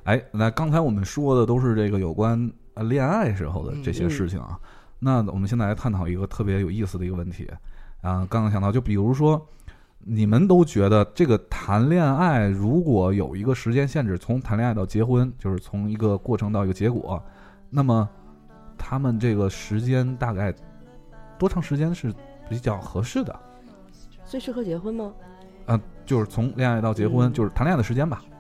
那刚才我们说的都是这个有关恋爱时候的这些事情啊。那我们现在来探讨一个特别有意思的一个问题啊。刚刚想到，就比如说，你们都觉得这个谈恋爱如果有一个时间限制，从谈恋爱到结婚，就是从一个过程到一个结果，那么他们这个时间大概多长时间是比较合适的？ 最适合结婚吗？ 就是从恋爱到结婚，就是谈恋爱的时间吧。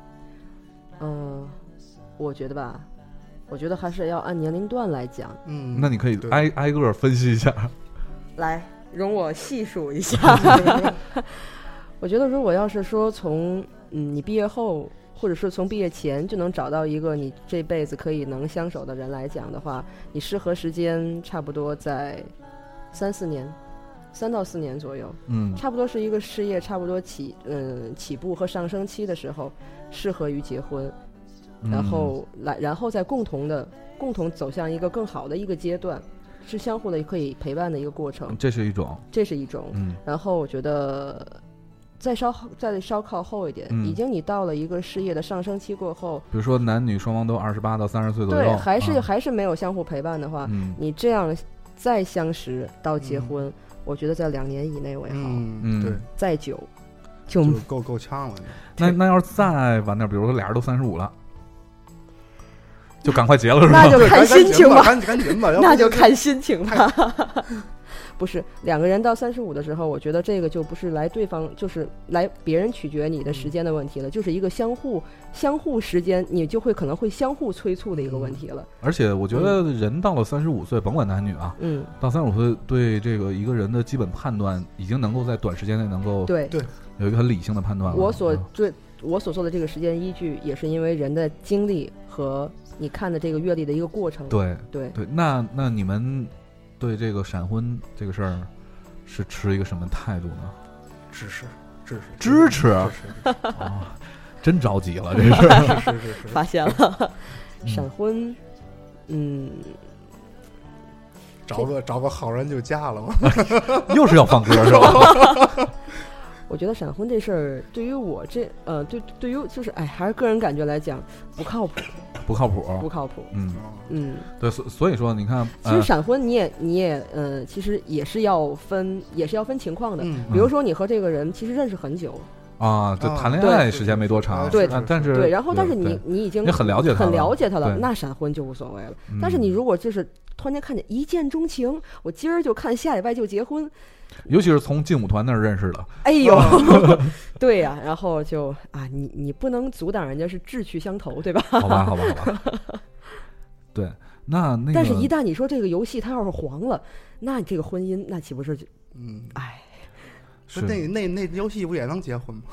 我觉得吧，我觉得还是要按年龄段来讲。 那你可以挨个分析一下。 来，容我细数一下。我觉得如果要是说从你毕业后，或者是从毕业前就能找到一个你这辈子可以能相守的人来讲的话，你适合时间差不多在3-4年，3到4年左右。差不多是一个事业差不多起步和上升期的时候，适合于结婚。然后再共同走向一个更好的一个阶段，是相互的可以陪伴的一个过程。 这是一种。 然后我觉得再稍靠后一点，已经你到了一个事业的上升期过后， 比如说男女双方都28到30岁左右， 对，还是没有相互陪伴的话，你这样再相识到结婚，我觉得在2年以内为好。 对， 再久就够呛了。 那要是再晚点，比如说俩人都35了。就赶快结了是吧？ 那就看心情吧， 赶紧吧， 那就看心情吧。不是2个人到35的时候，我觉得这个就不是来对方，就是来别人取决你的时间的问题了，就是一个相互时间，你就可能会相互催促的一个问题了。 而且我觉得人到了35岁，甭管男女啊，到35岁对这个一个人的基本判断，已经能够在短时间内能够对有一个很理性的判断了。 我所说的这个时间依据，也是因为人的经历和你看的这个阅历的一个过程。 对。那你们对这个闪婚这个事儿是持一个什么态度呢？ 支持真着急了，这是发现了闪婚， 找个好人就嫁了吗？ 又是要放歌是吧？ 我觉得闪婚这事儿对于我对于就是还是个人感觉来讲不靠谱。 对，所以说你看， 其实闪婚你也其实也是要分情况的。比如说你和这个人其实认识很久就谈恋爱时间没多长， 对， 但是对，然后但是你已经很了解他了， 那闪婚就无所谓了。但是你如果就是突然间看见一见钟情，我今儿就看下礼拜就结婚。 尤其是从劲舞团那儿认识的， 哎呦，对呀，然后就你不能阻挡人家是志趣相投，对吧？ 好吧。对，那但是一旦你说这个游戏它要是黄了，那这个婚姻那岂不是就是那游戏不也能结婚吗？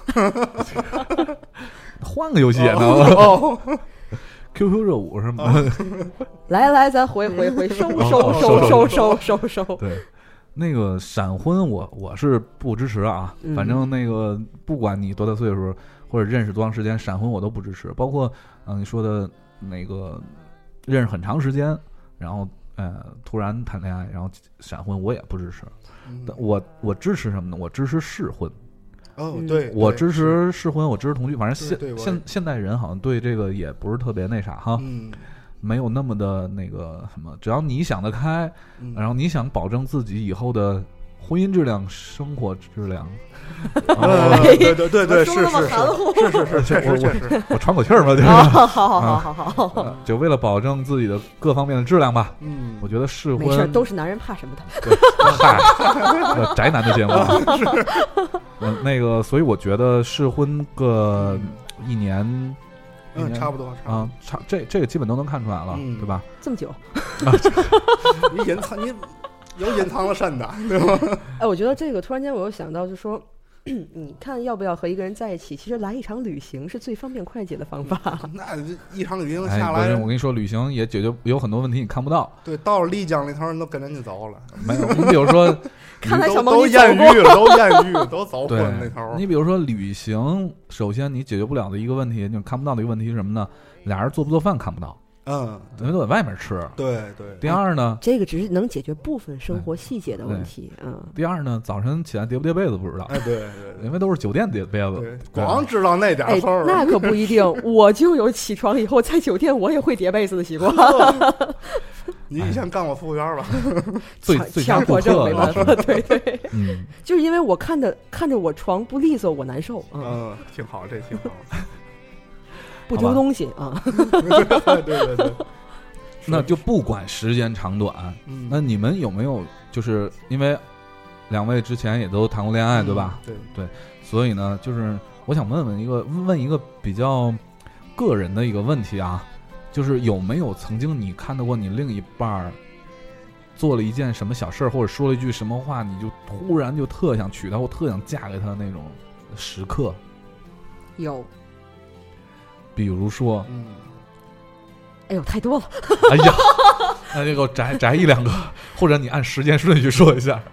换个游戏也能。QQ 热舞是吗？ 来，咱回收。 对。那个闪婚我是不支持啊，反正那个不管你多大岁数或者认识多长时间，闪婚我都不支持。包括你说的那个认识很长时间，然后突然谈恋爱，然后闪婚我也不支持。我支持什么呢？我支持试婚。 对， 我支持试婚，我支持同居。反正现代人好像对这个也不是特别那啥哈。没有那么的那个什么，只要你想得开，然后你想保证自己以后的婚姻质量、生活质量。 对，是，确实， 我喘口气儿吧，就是好， 就为了保证自己的各方面的质量吧。我觉得试婚没事，都是男人，怕什么的？ 嗨，宅男的节目。那个，所以我觉得试婚个1年。 差不多这个基本都能看出来了，对吧？ 这么久， 你有隐藏了深的，对吧？ 我觉得这个突然间我又想到，就说你看要不要和一个人在一起，其实来一场旅行是最方便快捷的方法。 那一场旅行下来， 我跟你说，旅行也解决有很多问题，你看不到。 对，到了丽江那头，人都跟人家走了。 没有，你比如说， 看来小萌都艳遇了，都早婚那头。 你比如说旅行，首先你解决不了的一个问题，你看不到的一个问题是什么呢？俩人做不做饭看不到。 你们都在外面吃。 对对。 第二呢， 这个只是能解决部分生活细节的问题。 第二呢，早晨起来叠不叠被子不知道。 对对， 因为都是酒店叠被子， 光知道那点事儿。 那可不一定，我就有起床以后在酒店我也会叠被子的习惯。 你以前干过服务员吧？ 最强迫症没办法，对对，就是因为我看着我床不利索，我难受。 挺好，这挺好。 不丢东西啊！ 对对， 那就不管时间长短，那你们有没有就是因为两位之前也都谈过恋爱，对吧？对，所以呢，就是我想问一个比较个人的一个问题啊，就是有没有曾经你看到过你另一半做了一件什么小事儿，或者说了一句什么话，你就突然就特想娶她，或特想嫁给她的那种时刻？ 有。 比如说， 哎呦，太多了！ 哎呀，那就给我摘一两个，或者你按时间顺序说一下。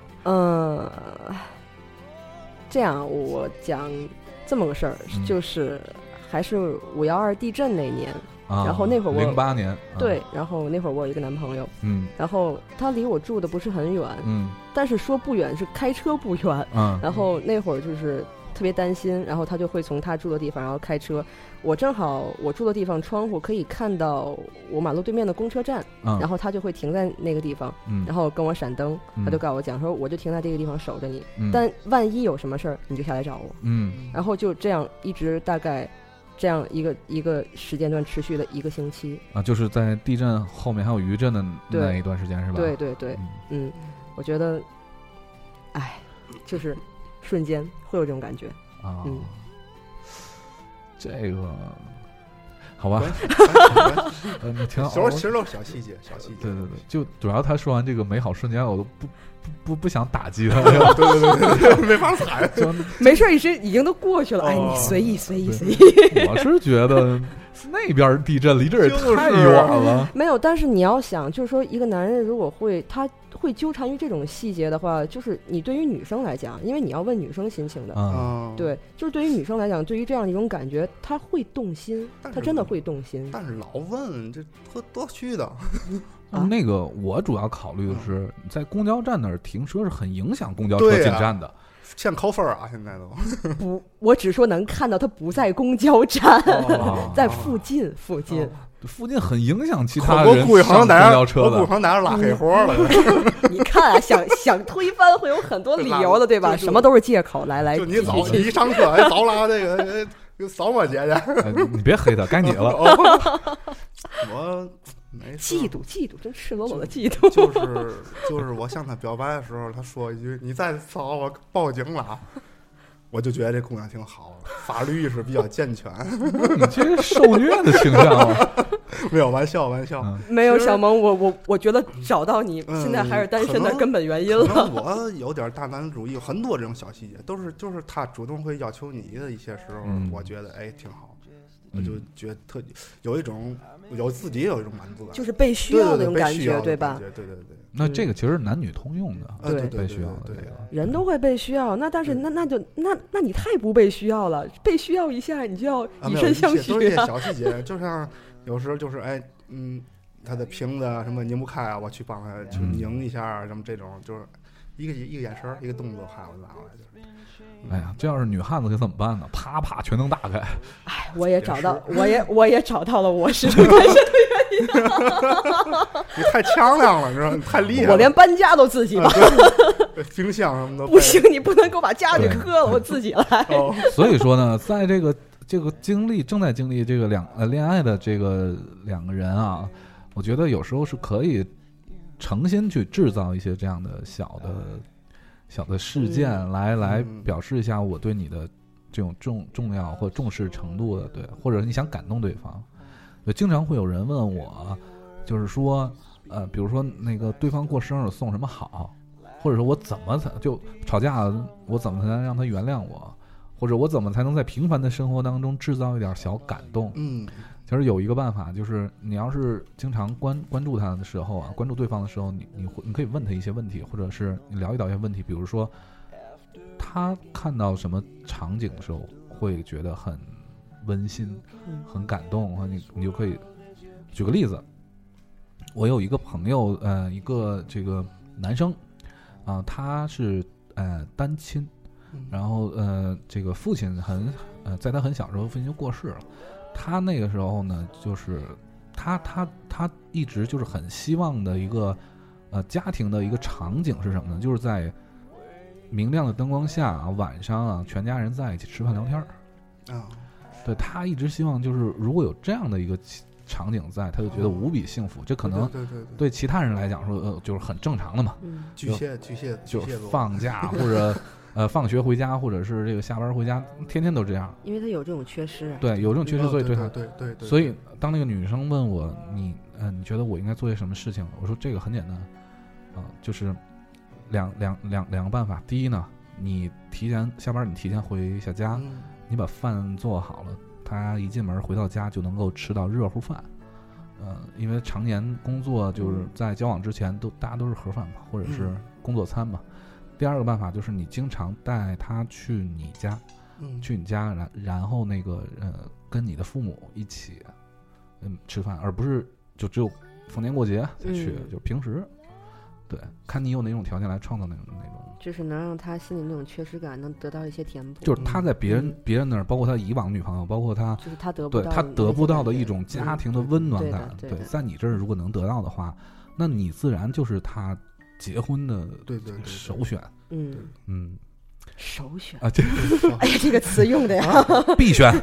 这样我讲这么个事儿，就是还是5.12地震那年，然后那会儿我 08年， 对，然后那会儿我有一个男朋友，然后他离我住的不是很远，但是说不远是开车不远，然后那会儿就是特别担心，然后他就会从他住的地方然后开车，我正好我住的地方窗户可以看到我马路对面的公车站，然后他就会停在那个地方，然后跟我闪灯，他就告诉我讲说我就停在这个地方守着你，但万一有什么事儿你就下来找我，然后就这样一直大概这样一个时间段持续了1个星期啊，就是在地震后面还有余震的那一段时间是吧？ 对对对，我觉得就是瞬间会有这种感觉啊， 这个好吧，挺好。 其实都是小细节， 对对对，就主要他说完这个美好瞬间，我都不想打击他， 对，没法踩， 没事，已经都过去了，哎，你随意。 我是觉得那边地震离这也太远了， 没有。但是你要想，就是说一个男人如果他会纠缠于这种细节的话，就是你对于女生来讲，因为你要问女生心情的，对，就是对于女生来讲，对于这样的一种感觉，她会动心，她真的会动心。 但是老问这多虚的。 那个我主要考虑的是，在公交站那儿停车是很影响公交车进站的。 现扣分啊！现在都不，我只说能看到他不在公交站，在附近很影响其他人上公交车的。 我故意拿着拉黑活了。 你看啊，想推翻会有很多理由的，对吧？什么都是借口。来， 就你一上车，早拉这个扫我姐姐。 你别黑他，该你了。 我。 嫉妒，真赤裸裸的嫉妒。 就是我向他表白的时候，他说一句：“你再骚，我报警了。”我就觉得这姑娘挺好，法律意识比较健全。 你这是受虐的倾向吗？ 没有，玩笑。 没有小萌，我觉得找到你现在还是单身的根本原因了。 我有点大男子主义，很多这种小细节就是他主动会要求你的一些时候，我觉得挺好。我就觉得自己有一种满足感， 就是被需要的那种感觉，对吧？ 对。 那这个其实男女通用的， 对， 被需要的这个人都会被需要。那但是那你太不被需要了，被需要一下你就要以身相许。 都是一些小细节，就像有时候就是他的瓶子什么拧不开啊，我去帮他去拧一下，什么这种就是一个眼神一个动作，我拿过来就是。 哎呀，这要是女汉子该怎么办呢？啪啪全能打开。 哎，我也找到了我是单身的原因。 你太强亮了，你知道？你太厉害了。 我连搬家都自己搬。 冰箱什么的不行，你不能给我把家具磕了，我自己来。 所以说呢，在这个正在经历这个恋爱的这个两个人啊，我觉得有时候是可以诚心去制造一些这样的小的事件来表示一下我对你的这种重要或重视程度的，对，或者你想感动对方。对，经常会有人问我，就是说比如说那个对方过生日送什么好，或者说我怎么才就吵架了，我怎么才能让他原谅我，或者我怎么才能在平凡的生活当中制造一点小感动。其实有一个办法，就是你要是经常关注他的时候啊，关注对方的时候，你可以问他一些问题，或者是你聊一聊一些问题，比如说他看到什么场景的时候会觉得很温馨、很感动，你就可以举个例子，我有一个朋友，一个这个男生他是单亲，然后这个父亲在他很小时候父亲就过世了，他那个时候呢，就是他一直就是很希望的一个家庭的一个场景是什么呢？就是在明亮的灯光下晚上全家人在一起吃饭聊天对，他一直希望就是如果有这样的一个场景在，他就觉得无比幸福。这可能对其他人来讲说就是很正常的嘛。 巨蟹就是放假或者放学回家，或者是这个下班回家，天天都这样。 因为他有这种缺失。 对，有这种缺失，所以对他对。 所以当那个女生问我你觉得我应该做些什么事情？我说这个很简单就是两个办法。第一呢，你提前下班，你提前回下家，你把饭做好了，他一进门回到家就能够吃到热乎饭。因为常年工作就是在交往之前大家都是盒饭嘛，或者是工作餐嘛。第二个办法就是你经常带他去你家，然后那个跟你的父母一起吃饭，而不是就只有逢年过节才去，就平时。对，看你有哪种条件来创造那种， 就是能让他心里那种缺失感能得到一些填补。 就是他在别人那儿，包括他以往女朋友，包括他， 就是他得不到的一种家庭的温暖感。 对， 在你这儿如果能得到的话，那你自然就是他结婚的首选。 首选啊，这哎呀，这个词用的呀， 必选。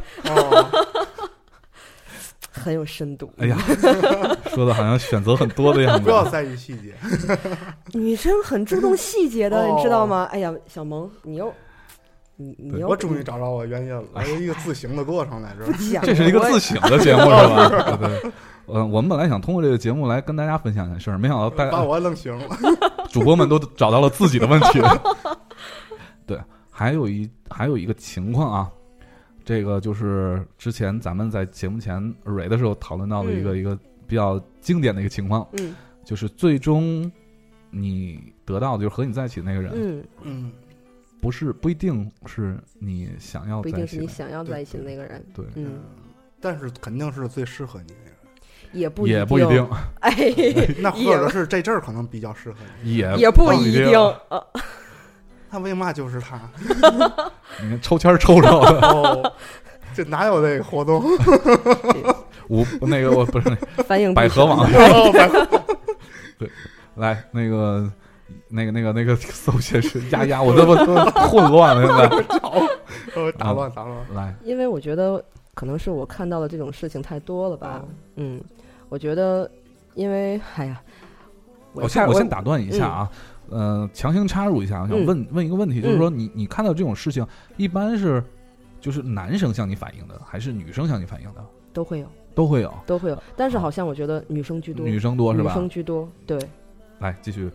很有深度。 哎呀，说的好像选择很多的样子。 不要在意细节， 女生很注重细节的，你知道吗？哎呀，小萌，你我终于找着我原因了，还有一个自省的过程来着。 这是一个自省的节目是吧？对。我们本来想通过这个节目来跟大家分享一件事儿，没想到把我弄醒了。 主播们都找到了自己的问题。对，还有一个情况啊。这个就是之前咱们在节目前蕊的时候讨论到的一个比较经典的一个情况，就是最终你得到的就是和你在一起的那个人，不一定是你想要在一起的， 不一定是你想要在一起的那个人， 对， 但是肯定是最适合你的人， 也不一定， 哎， 那或者是这阵儿可能比较适合你， 也不一定。 他为嘛就是他？ 你看抽签抽着的这哪有这个活动？ 那个我不是反映百合网对，来那个搜些是压我都混乱了，现在打乱来， 因为我觉得可能是我看到的这种事情太多了吧。我觉得因为哎呀， 我先打断一下啊。强行插入一下，我想问一个问题，就是说你看到这种事情，一般是就是男生向你反映的，还是女生向你反映的？ 都会有，但是好像我觉得女生居多， 女生多是吧？ 女生居多，对。 来继续。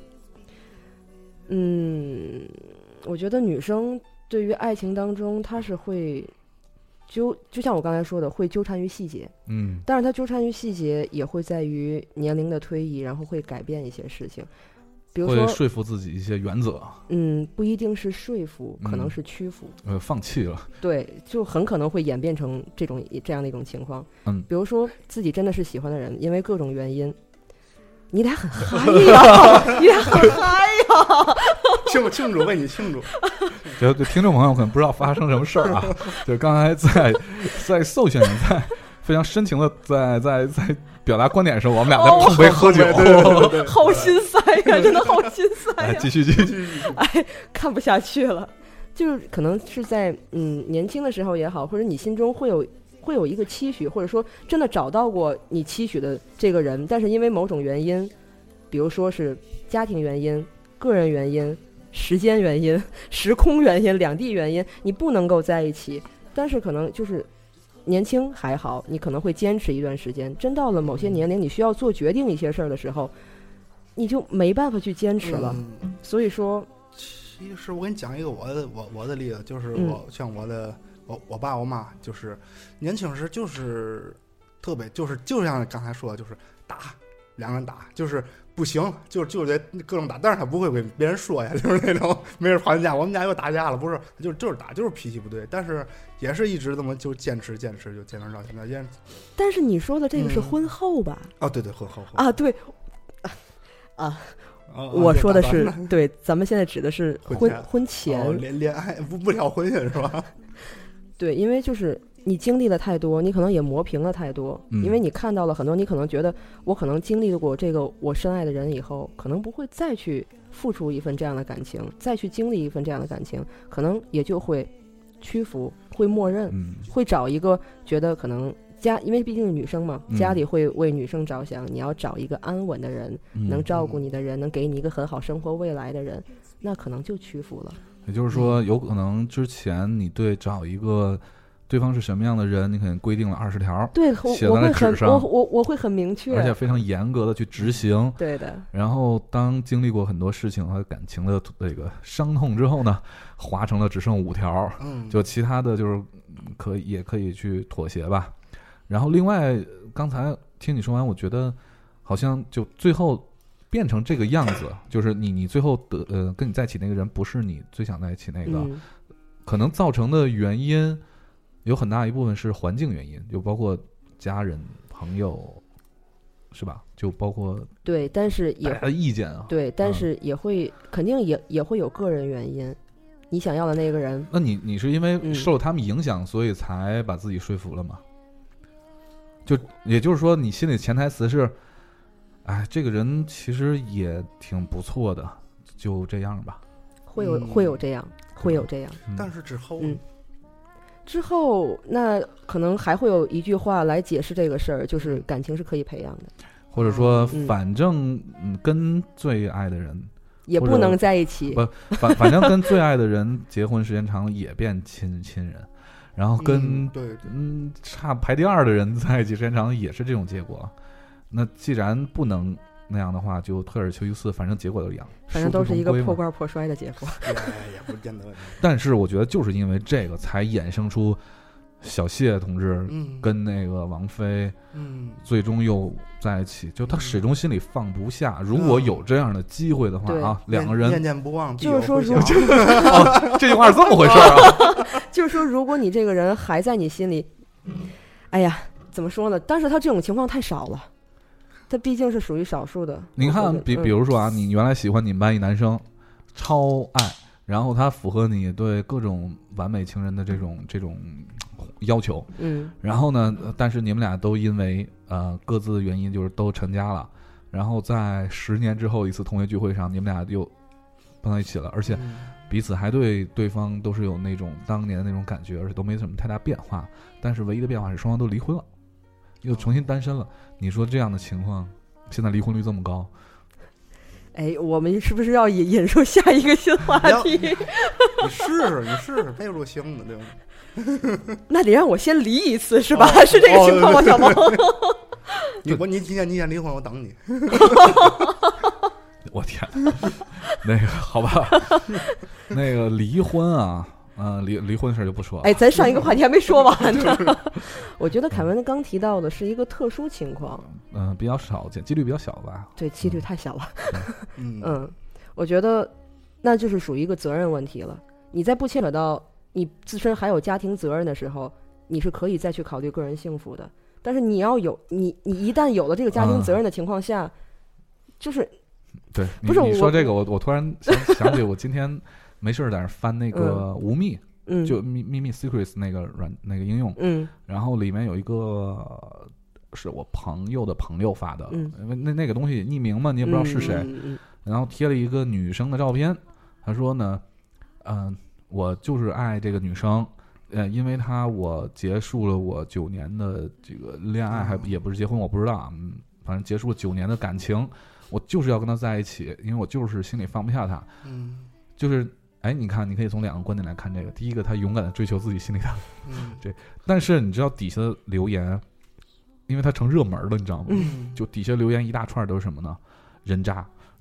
我觉得女生对于爱情当中，她是会就像我刚才说的，会纠缠于细节，但是她纠缠于细节也会在于年龄的推移，然后会改变一些事情。比如说会说服自己一些原则， 不一定是说服，可能是屈服， 放弃了， 对，就很可能会演变成这样的一种情况。比如说自己真的是喜欢的人，因为各种原因，你得很嗨呀，你得很嗨呀， 庆祝，为你庆祝。 对听众朋友可能不知道发生什么事儿啊，就刚才在受选人在非常深情的在表达观点的时候，我们俩在碰杯喝酒， 对， 好心塞呀，真的好心塞呀！ 继续， 哎，看不下去了。就是可能是在年轻的时候也好，或者你心中会有一个期许，或者说真的找到过你期许的这个人，但是因为某种原因，比如说是家庭原因、个人原因、时间原因、时空原因、两地原因，你不能够在一起。但是可能就是年轻还好，你可能会坚持一段时间，真到了某些年龄你需要做决定一些事儿的时候，你就没办法去坚持了。所以说其实我给你讲一个我的例子，就是像我爸我妈，就是年轻时就是特别就像刚才说的，就是打两个人打，就是不行，就得各种打，但是他不会给别人说呀，就是那种没人吵架，我们家又打架了，不是，就是打，就是脾气不对，但是也是一直这么就坚持，就坚持到现在。 但是你说的这个是婚后吧？ 哦，对，婚后啊，对，啊。我说的是对，咱们现在指的是婚前恋爱不聊婚姻是吧？ 对，因为就是你经历了太多，你可能也磨平了太多，因为你看到了很多，你可能觉得我可能经历过这个我深爱的人以后，可能不会再去付出一份这样的感情，再去经历一份这样的感情，可能也就会屈服，会默认，会找一个觉得可能因为毕竟是女生嘛，家里会为女生着想，你要找一个安稳的人，能照顾你的人，能给你一个很好生活未来的人，那可能就屈服了。 也就是说，有可能之前你对找一个对方是什么样的人，你可能规定了20条， 对， 写在纸上， 我会很明确， 而且非常严格的去执行。 对的。 然后当经历过很多事情和感情的这个伤痛之后呢，划成了只剩5条，就其他的就是也可以去妥协吧。然后另外，刚才听你说完，我觉得好像就最后变成这个样子，就是你最后跟你在一起那个人不是你最想在一起那个，可能造成的原因有很大一部分是环境原因，就包括家人、朋友，是吧？就包括对，但是也大家的意见啊， 对，但是也会肯定也会有个人原因。你想要的那个人， 那你是因为受了他们影响，所以才把自己说服了吗？就也就是说，你心里潜台词是，哎，这个人其实也挺不错的，就这样吧。 会有这样，会有这样。 但是之后那可能还会有一句话来解释这个事儿，就是感情是可以培养的， 或者说，反正跟最爱的人也不能在一起。 不，反正跟最爱的人结婚时间长了也变亲人。然后跟差排第2的人在一起时间长也是这种结果，那既然不能那样的话，就退而求其次，反正结果都一样， 反正都是一个破罐破摔的结果。 也不见得。 但是我觉得就是因为这个，才衍生出小谢同志跟那个王菲，最终又在一起，就他始终心里放不下。如果有这样的机会的话啊，两个人念念不忘， 就是说这句话是这么回事啊。 就是说，如果你这个人还在你心里，哎呀，怎么说呢？但是他这种情况太少了，他毕竟是属于少数的。 你看，比如说啊，你原来喜欢你们班一男生，超爱，然后他符合你对各种完美情人的这种要求，然后呢，但是你们俩都因为各自的原因就是都成家了，然后在10年之后一次同学聚会上，你们俩又碰到一起了，而且彼此还对对方都是有那种当年的那种感觉，而且都没什么太大变化，但是唯一的变化是双方都离婚了，又重新单身了。你说这样的情况，现在离婚率这么高， 哎，我们是不是要引入下一个新话题？ 你试试背入行的，对吧？ 那得让我先离一次是吧？是这个情况吗，小萌？ 你今天离婚，我等你。 我天，那个好吧，那个离婚啊，离婚的事儿就不说了。 哎，咱上一个话题还没说完呢。我觉得凯文刚提到的是一个特殊情况， 比较少见，几率比较小吧？ 对，几率太小了。我觉得那就是属于一个责任问题了。你在不牵扯到你自身还有家庭责任的时候，你是可以再去考虑个人幸福的。但是你要有你一旦有了这个家庭责任的情况下，就是对， 不是你说这个，我突然想起我今天没事在那翻那个无密，就秘密 Secrets 那个那个应用，然后里面有一个是我朋友的朋友发的，因为那个东西匿名嘛，你也不知道是谁，然后贴了一个女生的照片，他说呢，我就是爱这个女生。因为我结束了我9年的这个恋爱，也不是结婚，我不知道啊，反正结束了9年的感情，我就是要跟他在一起，因为我就是心里放不下他。就是你看，你可以从2个观点来看这个。第一个，他勇敢的追求自己心里的，对。但是你知道底下的留言，因为他成热门了，你知道吗？就底下留言一大串都是什么呢？人渣，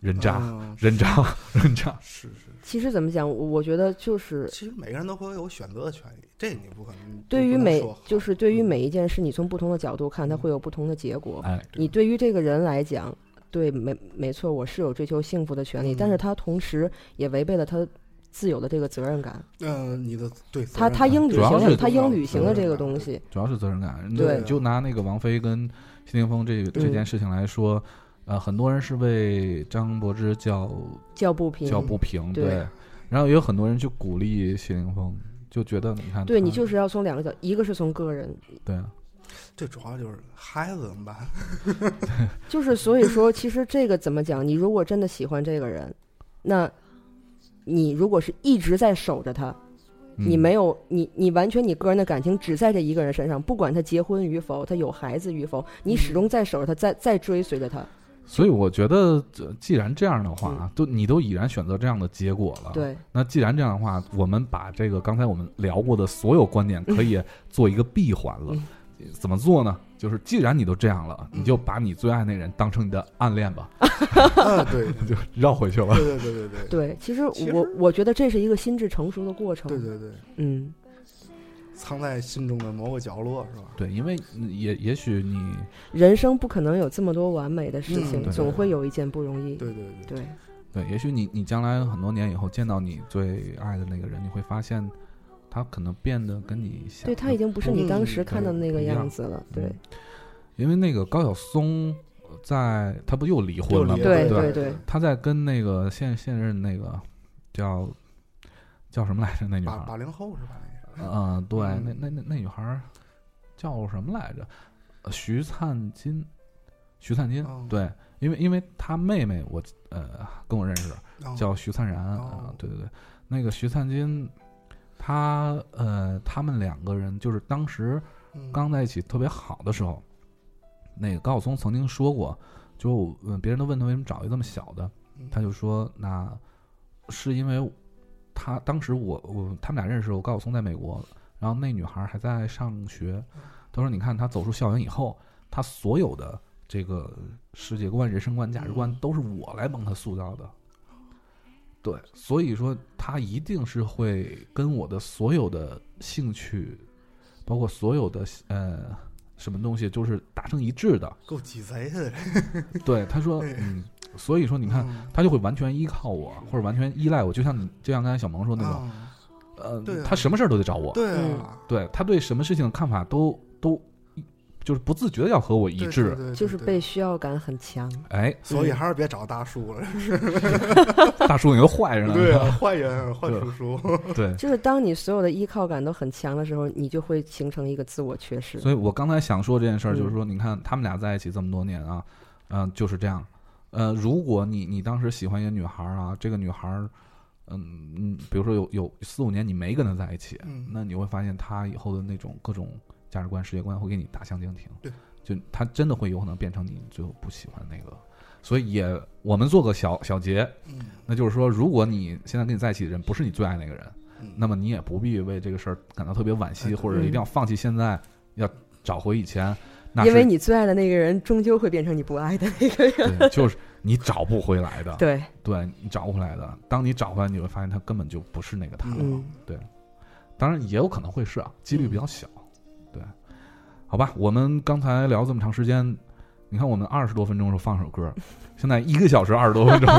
人渣， 嗯人渣，人渣。 是。 其实怎么讲，我觉得就是其实每个人都会有选择的权利，这你不可能。 对于就是对于嗯每一件事，你从不同的角度看，它会有不同的结果。 哎， 你对于这个人来讲，对，没错，我是有追求幸福的权利，但是他同时也违背了他自有的这个责任感。 你的对他应履行了，他应履行了这个东西， 主要是责任感。 对， 就拿那个王菲跟谢霆锋这件事情来说，很多人是为张柏芝叫不平，对。然后也有很多人去鼓励谢霆锋，就觉得你看， 对你就是要从两个角，一个是从个人， 对， 最主要就是孩子怎么办？ 就是所以说，其实这个怎么讲？你如果真的喜欢这个人，那你如果是一直在守着他，你没有你完全你个人的感情只在这一个人身上，不管他结婚与否，他有孩子与否，你始终在守着他，在追随着他。 所以我觉得，既然这样的话，你都已然选择这样的结果了， 对。 那既然这样的话，我们把这个刚才我们聊过的所有观点可以做一个闭环了。怎么做呢？就是既然你都这样了，你就把你最爱那人当成你的暗恋吧。 对， 就绕回去了。 对。 对，其实我觉得这是一个心智成熟的过程。 对。藏在心中的某个角落，是吧？ 对，因为也许你人生不可能有这么多完美的事情，总会有一件不容易。 对，也许你将来很多年以后见到你最爱的那个人，你会发现他可能变得跟你想， 对，他已经不是你当时看到的那个样子了。对， 因为那个高晓松他不又离婚了吗？ 对， 他在跟那个现任那个叫什么来着？那女孩 80后是吧？ 对，那女孩叫什么来着？徐灿金，对，因为她妹妹跟我认识，叫徐灿然，对，那个徐灿金，他们两个人就是当时刚在一起特别好的时候，那个高晓松曾经说过，就别人都问他为什么找一个这么小的，他就说那是因为。他当时他们俩认识，我高晓松在美国，然后那女孩还在上学。他说：“你看，他走出校园以后，他所有的这个世界观、人生观、价值观都是我来帮他塑造的。对，所以说他一定是会跟我的所有的兴趣，包括所有的什么东西，就是达成一致的。 够鸡贼的。 对，他说，所以说你看，他就会完全依靠我，或者完全依赖我，就像刚才小萌说那种，他什么事儿都得找我。对，他对什么事情的看法都就是不自觉的要和我一致， 就是被需要感很强。 哎， 所以还是别找大叔了。 大叔你都坏着呢。 对啊，坏人坏叔叔。 对， 就是当你所有的依靠感都很强的时候，你就会形成一个自我缺失。 所以我刚才想说这件事儿，就是说，你看他们俩在一起这么多年啊，就是这样。如果你当时喜欢一个女孩啊，这个女孩，比如说有4-5年你没跟她在一起，那你会发现她以后的那种各种价值观、世界观会给你大相径庭。 对， 就她真的会有可能变成你最后不喜欢那个。所以我们做个小结，那就是说，如果你现在跟你在一起的人不是你最爱那个人，那么你也不必为这个事儿感到特别惋惜，或者一定要放弃现在，要找回以前。 因为你最爱的那个人终究会变成你不爱的那个人。 对，就是你找不回来的。 对， 你找不回来的。当你找回来，你会发现他根本就不是那个他了。对，当然也有可能会是几率比较小。对，好吧，我们刚才聊这么长时间，你看我们20多分钟的时候放首歌，现在1个小时20多分钟。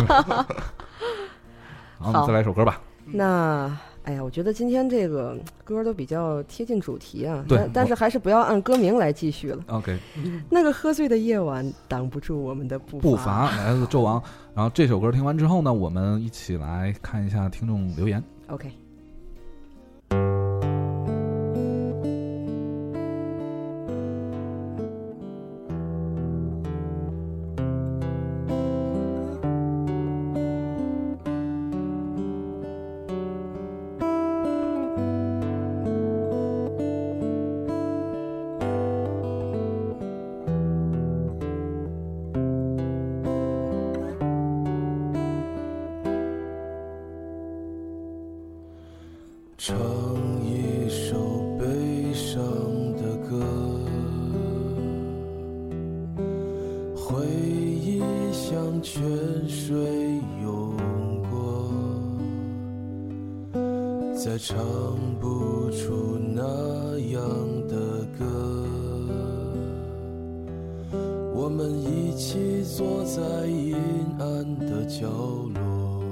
好，我们再来一首歌吧。 那。哎呀，我觉得今天这个歌都比较贴近主题啊， 对， 但是还是不要按歌名来继续了。 OK， 那个喝醉的夜晚挡不住我们的步伐， 来自纣王。然后这首歌听完之后呢，我们一起来看一下听众留言。 OK。 唱一首悲伤的歌，回忆像泉水涌过，再唱不出那样的歌。我们一起坐在阴暗的角落，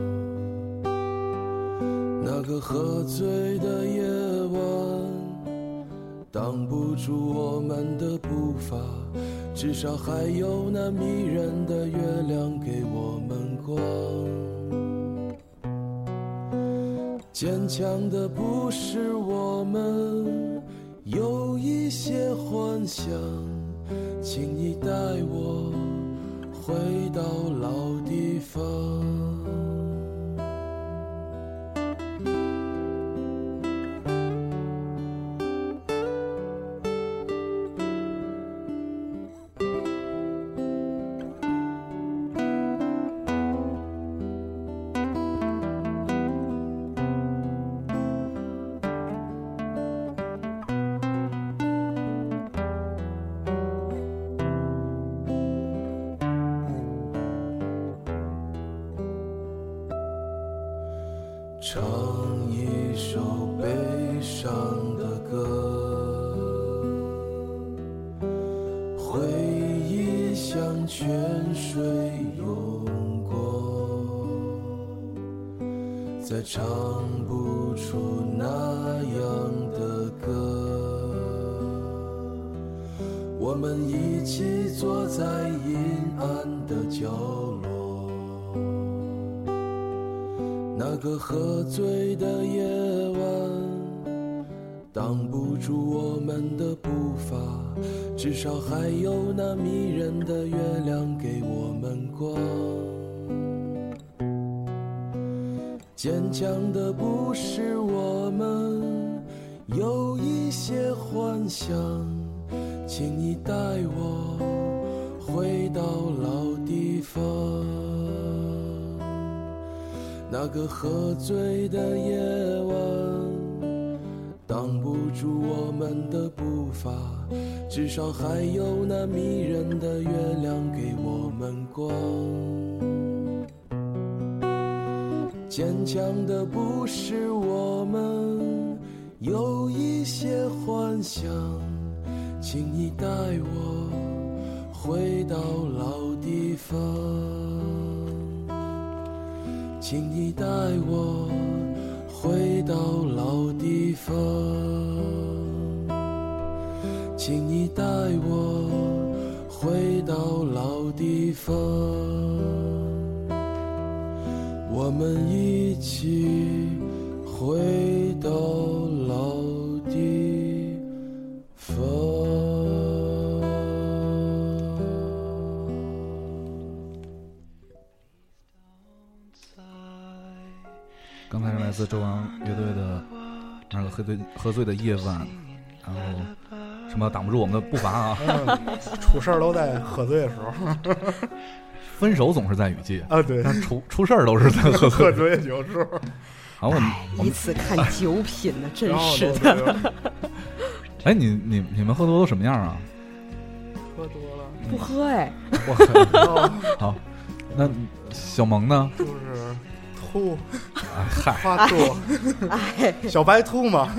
那个喝醉的夜晚挡不住我们的步伐，至少还有那迷人的月亮给我们光。坚强的不是我们，有一些幻想，请你带我回到老地方。唱一首悲伤的歌，回忆像泉水涌过，再唱不出那样的歌。我们一起坐在阴暗的角落，那个喝醉的夜晚挡不住我们的步伐，至少还有那迷人的月亮给我们光。坚强的不是我们，有一些幻想，请你带我回到老地方。那个喝醉的夜晚挡不住我们的步伐，至少还有那迷人的月亮给我们光。坚强的不是我们，有一些幻想，请你带我回到老地方。请你带我回到老地方，请你带我回到老地方，我们一起回到老地方。 刚才是来自周王乐队的那个喝醉的夜晚，然后什么挡不住我们的步伐啊！ 出事儿都在喝醉的时候， 分手总是在雨季啊，对， 但出事儿都是在喝醉酒时候。 好，我们以此看酒品呢，真是的。 哎，你们喝多都什么样啊？ 喝多了不喝哎。 好，那小萌呢？ 就是兔， 嗨， 花兔， 哎， 小白兔嘛。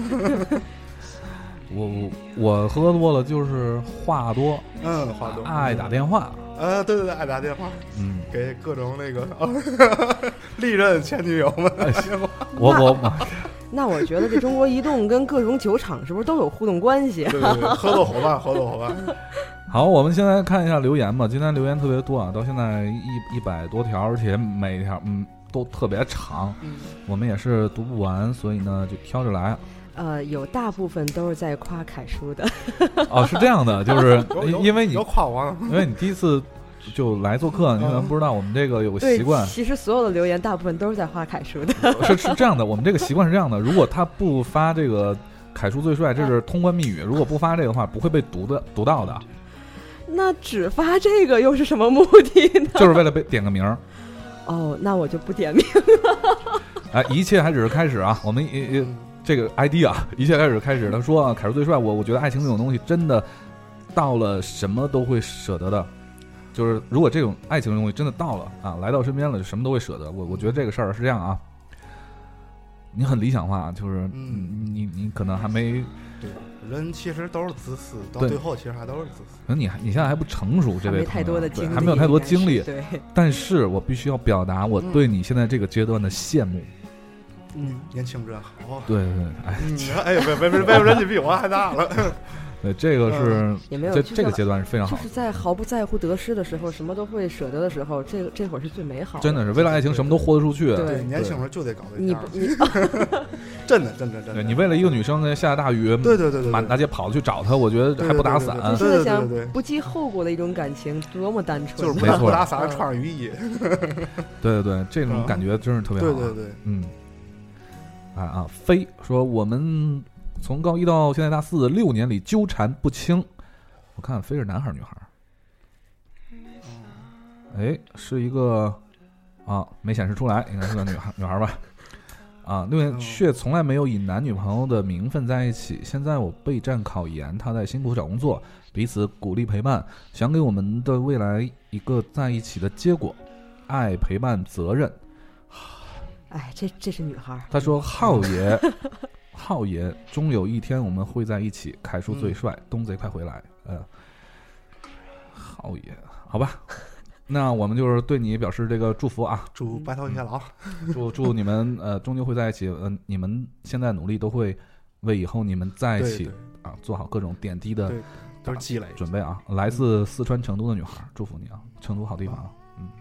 我喝多了就是话多， 话多， 爱打电话。 对，爱打电话，给各种那个历任前女友们打电话。 我那我觉得这中国移动跟各种酒厂是不是都有互动关系？ 对，合作伙伴。 好，我们先来看一下留言吧。今天留言特别多啊，到现在100多条，而且每一条都特别长，我们也是读不完，所以呢就挑着来。 有大部分都是在夸凯叔的。 哦，是这样的，就是因为你夸我， 因为你第一次就来做客，你可能不知道我们这个有个习惯。 其实所有的留言大部分都是在夸凯叔的。 是这样的，我们这个习惯是这样的，如果他不发这个凯叔最帅，这是通关密语，如果不发这个的话，不会被读到的。 那只发这个又是什么目的呢？ 就是为了被点个名。 哦，那我就不点名了。 哎，一切还只是开始啊！我们这个 ID 啊，一切开始。他说啊，凯叔最帅，我觉得爱情这种东西真的到了什么都会舍得的。 就是如果这种爱情的东西真的到了啊，来到身边了，就什么都会舍得。我觉得这个事儿是这样啊，你很理想化，就是你可能还没。 对，人其实都是自私，到最后其实还都是自私。 可能你现在还不成熟，这位还没太多的经历， 还没有太多经历。 对， 但是我必须要表达我对你现在这个阶段的羡慕。 年轻真好。 对对， 哎，别，人家比我还大了。 对，这个是也没有这个阶段是非常好， 就是在毫不在乎得失的时候，什么都会舍得的时候，这会儿是最美好的。 真的是为了爱情什么都豁得出去。 对， 年轻时候就得搞对象。 你真的。 对，你为了一个女生下大雨， 对， 满大街跑去找她，我觉得还不打伞。 你现在想不计后果的一种感情，多么单纯。 就是没错， 不打伞穿上雨衣。 对，这种感觉真是特别好。 对， 飞说我们从高一到现在大4 6年里纠缠不清。我看飞是男孩女孩？哎，是一个没显示出来，应该是个女孩吧？6年却从来没有以男女朋友的名分在一起。现在我备战考研，他在辛苦找工作，彼此鼓励陪伴，想给我们的未来一个在一起的结果，爱陪伴责任。 哎，这是女孩。 他说浩爷，终有一天我们会在一起。凯叔最帅，东贼快回来。浩爷，好吧，那我们就是对你表示这个祝福啊， 祝白头偕老， 祝你们终究会在一起。你们现在努力都会为以后你们在一起做好各种点滴的都是积累准备啊。来自四川成都的女孩，祝福你啊，成都好地方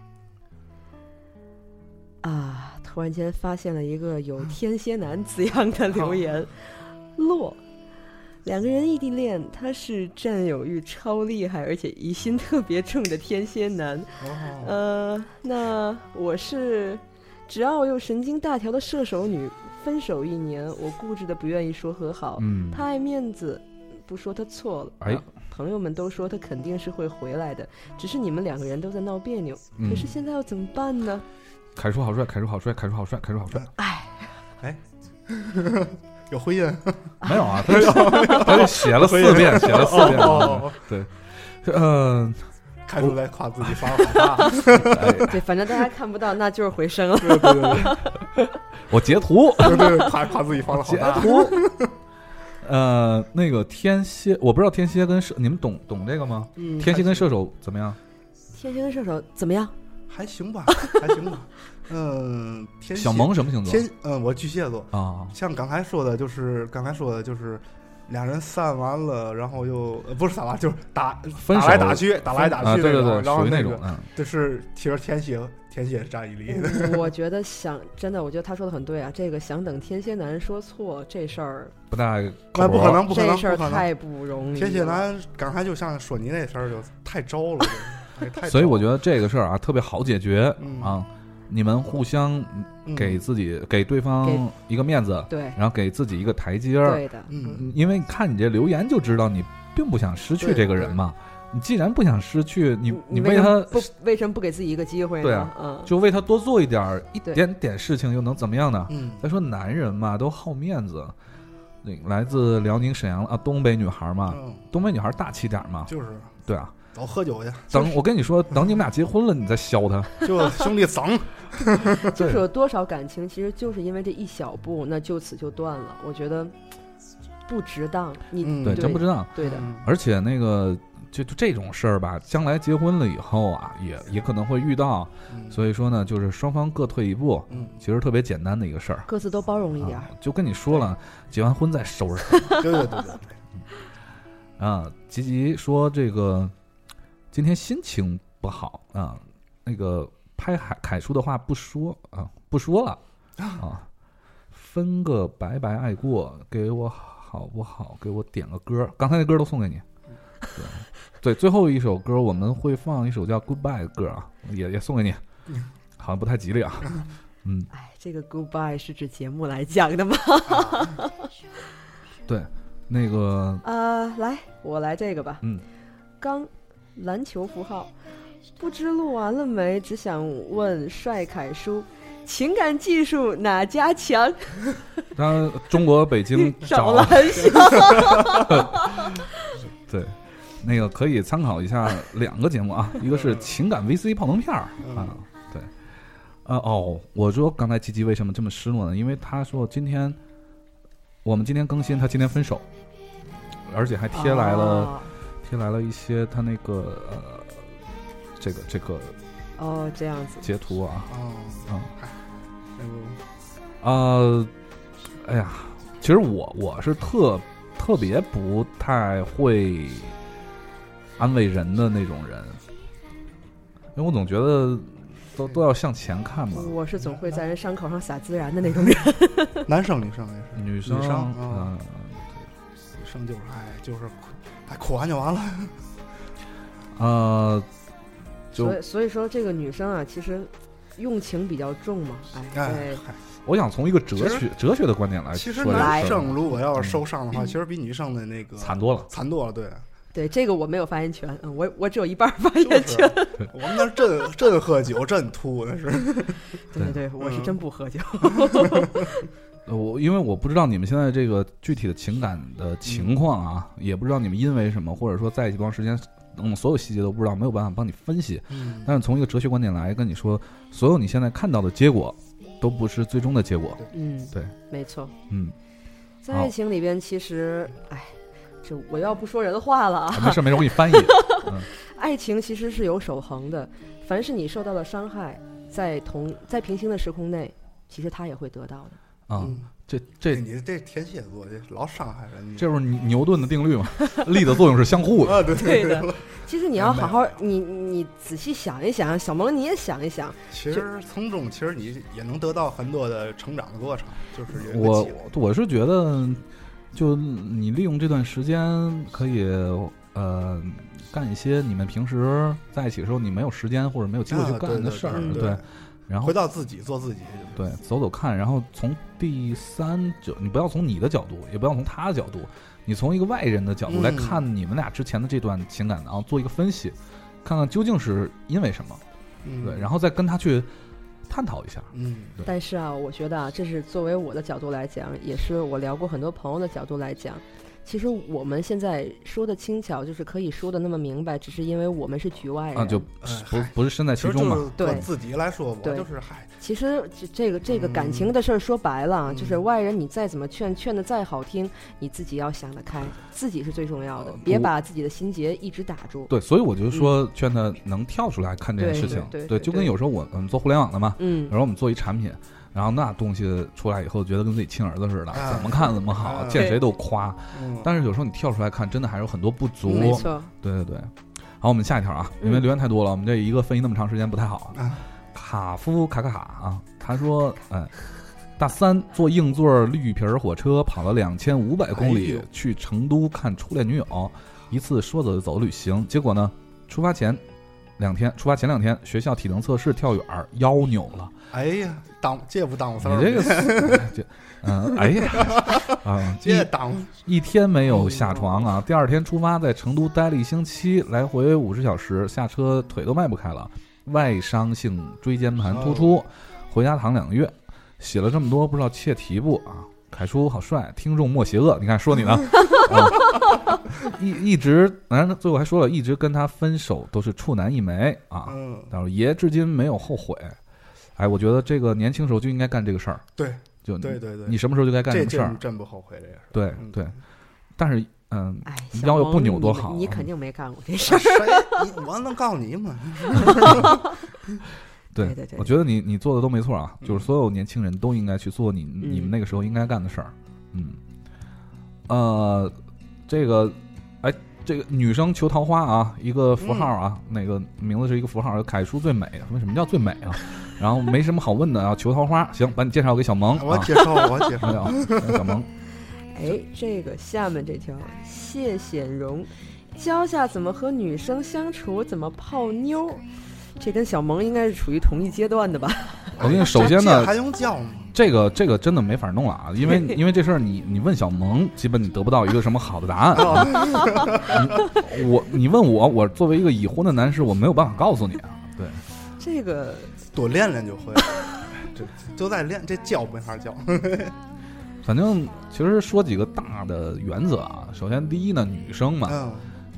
啊。突然间发现了一个有天蝎男字样的留言，洛，2个人异地恋，他是占有欲超厉害，而且疑心特别重的天蝎男。那我是只要又神经大条的射手女，分手1年，我固执的不愿意说和好，他爱面子，不说他错了。朋友们都说他肯定是会回来的，只是你们2个人都在闹别扭。可是现在要怎么办呢？ 凯叔好帅，凯叔好帅，凯叔好帅，凯叔好帅。 哎，有回音没有啊？他写了4遍，写了4遍。对， 凯叔在夸自己发好大。 对，反正大家看不到，那就是回声了。 对， 我截图。 对，夸自己发了好大。 截图。那个天蝎，我不知道天蝎跟射，你们懂这个吗？天蝎跟射手怎么样？ 天蝎跟射手怎么样？ 还行吧。天小萌什么星座？ 我巨蟹座啊。 像刚才说的，就是2人散完了，然后又不是散完，就是打来打去， 对，属于那种。 就是其实天蝎占一理。 我觉得真的，我觉得他说的很对啊。这个想等天蝎男说错这事儿不大， 那不可能， 这事儿太不容易。 天蝎男刚才就像说你那事儿就太招了。 所以我觉得这个事儿啊特别好解决啊，你们互相给自己给对方一个面子， 对， 然后给自己一个台阶儿， 对的， 因为看你这留言就知道你并不想失去这个人嘛。你既然不想失去，你为他为什么不给自己一个机会呢？ 对啊，就为他多做一点点事情，又能怎么样呢？再说男人嘛，都好面子。来自辽宁沈阳东北女孩嘛，东北女孩大气点嘛， 就是对啊。 早喝酒去， 我跟你说，等你们俩结婚了，你再削他， 就兄弟整。 就是有多少感情，其实就是因为这一小步，那就此就断了。我觉得不值当， 对，真不值当。 对的， 而且那个就这种事儿吧，将来结婚了以后啊，也可能会遇到。所以说呢，就是双方各退一步，其实特别简单的一个事儿， 各自都包容一点。 就跟你说了，结完婚再收拾他。 对。 吉吉说这个。今天心情不好啊，那个拍凯叔的话不说了啊，分个白白爱过，给我好不好？给我点个歌，刚才那歌都送给你。对，最后一首歌我们会放一首叫 Goodbye 的歌啊，也送给你，好像不太吉利啊。 这个 Goodbye 是指节目来讲的吗？ 对，那个来，我来这个吧。刚。篮球符号，不知录完了没？只想问帅凯叔，情感技术哪家强？ 他中国北京找篮球。 对， 那个可以参考一下2个节目啊，一个是情感 VC 泡腾片儿啊，对，我说刚才吉吉为什么这么失落呢？因为他说我们今天更新，他今天分手，而且还贴来了一些他那个这个这样子截图啊，哎呀，其实我是特别不太会安慰人的那种人，因为我总觉得都要向前看嘛。 我是总会在人伤口上撒孜然的那种人。 男生女生也是， 女生女生就是哭完就完了。 所以说这个女生啊，其实用情比较重嘛。 我想从一个哲学的观点来说， 其实男生如果要是受伤的话，其实比女生的那个惨多了， 对，这个我没有发言权，我只有一半发言权。 我们那真喝酒，真吐那是。 对，我是真不喝酒。 因为我不知道你们现在这个具体的情感的情况啊，也不知道你们因为什么，或者说在一起多长时间，所有细节都不知道，没有办法帮你分析。但是从一个哲学观点来跟你说，所有你现在看到的结果，都不是最终的结果。 对，没错。在好爱情里边，其实，这我要不说人话了啊。 没事，我给你翻译。 爱情其实是有守恒的，凡是你受到的伤害，在平行的时空内，其实他也会得到的。 你这天蝎座这老伤害人， 这不是牛顿的定律吗？力的作用是相互的。 对的。其实你要好好，你仔细想一想，小萌你也想一想， 其实从中其实你也能得到很多的成长的过程。就是我是觉得，就你利用这段时间可以干一些你们平时在一起的时候你没有时间或者没有机会去干的事儿，对。然后回到自己做自己， 对，走走看，然后从第三者，你不要从你的角度，也不要从他的角度，你从一个外人的角度来看你们俩之前的这段情感，然后做一个分析，看看究竟是因为什么，对，然后再跟他去探讨一下。 但是啊，我觉得啊，这是作为我的角度来讲，也是我聊过很多朋友的角度来讲。其实我们现在说的轻巧，就是可以说的那么明白，只是因为我们是局外人， 就不是身在其中嘛。 对自己来说， 对， 就是其实这个感情的事儿，说白了，就是外人你再怎么劝的再好听，你自己要想得开，自己是最重要的，别把自己的心结一直打住。 对，所以我就说劝他能跳出来看这件事情。 对， 就跟有时候我们做互联网的嘛，有时候我们做一产品。然后那东西出来以后，觉得跟自己亲儿子似的，怎么看怎么好，见谁都夸。但是有时候你跳出来看，真的还有很多不足。 没错， 对。好，我们下一条啊，因为留言太多了，我们这一个分析那么长时间不太好。卡夫卡啊，他说，大3坐硬座绿皮火车跑了2500公里去成都看初恋女友，一次说走就走的旅行。结果呢，出发前2天，学校体能测试跳远腰扭了。 哎呀，这不耽误事儿。 你这个，哎呀， 这耽误一天没有下床啊！第2天出发，在成都待了1星期，来回50小时，下车腿都迈不开了，外伤性椎间盘突出，回家躺2个月。写了这么多，不知道切题不啊？凯叔好帅，听众莫邪恶，你看说你呢，一直，最后还说了，一直跟他分手都是处男一枚啊，然后爷至今没有后悔。我觉得这个年轻时候就应该干这个事儿。 对， 对， 你什么时候就该干这个事儿， 真不后悔这个事儿。对，但是腰又不扭多好。 你肯定没干过这事儿。 我能告诉你吗？ 对，我觉得你做的都没错啊，就是所有年轻人都应该去做你们那个时候应该干的事儿。这个女生求桃花啊，一个符号啊，那个名字是一个符号，凯叔最美。什么叫最美啊？然后没什么好问的啊，求桃花。行，把你介绍给小萌。 我介绍小萌。 这个下面这条，谢显荣，教下怎么和女生相处，怎么泡妞。这跟小萌应该是处于同一阶段的吧？ 我跟你首先呢， 还用教吗？ 这个真的没法弄了啊，因为这事儿你问小萌，基本你得不到一个什么好的答案。你问我作为一个已婚的男士，我没有办法告诉你啊。对， 这个多练练就会了，就在练，这教没法教。反正其实说几个大的原则啊，首先第一呢，女生嘛。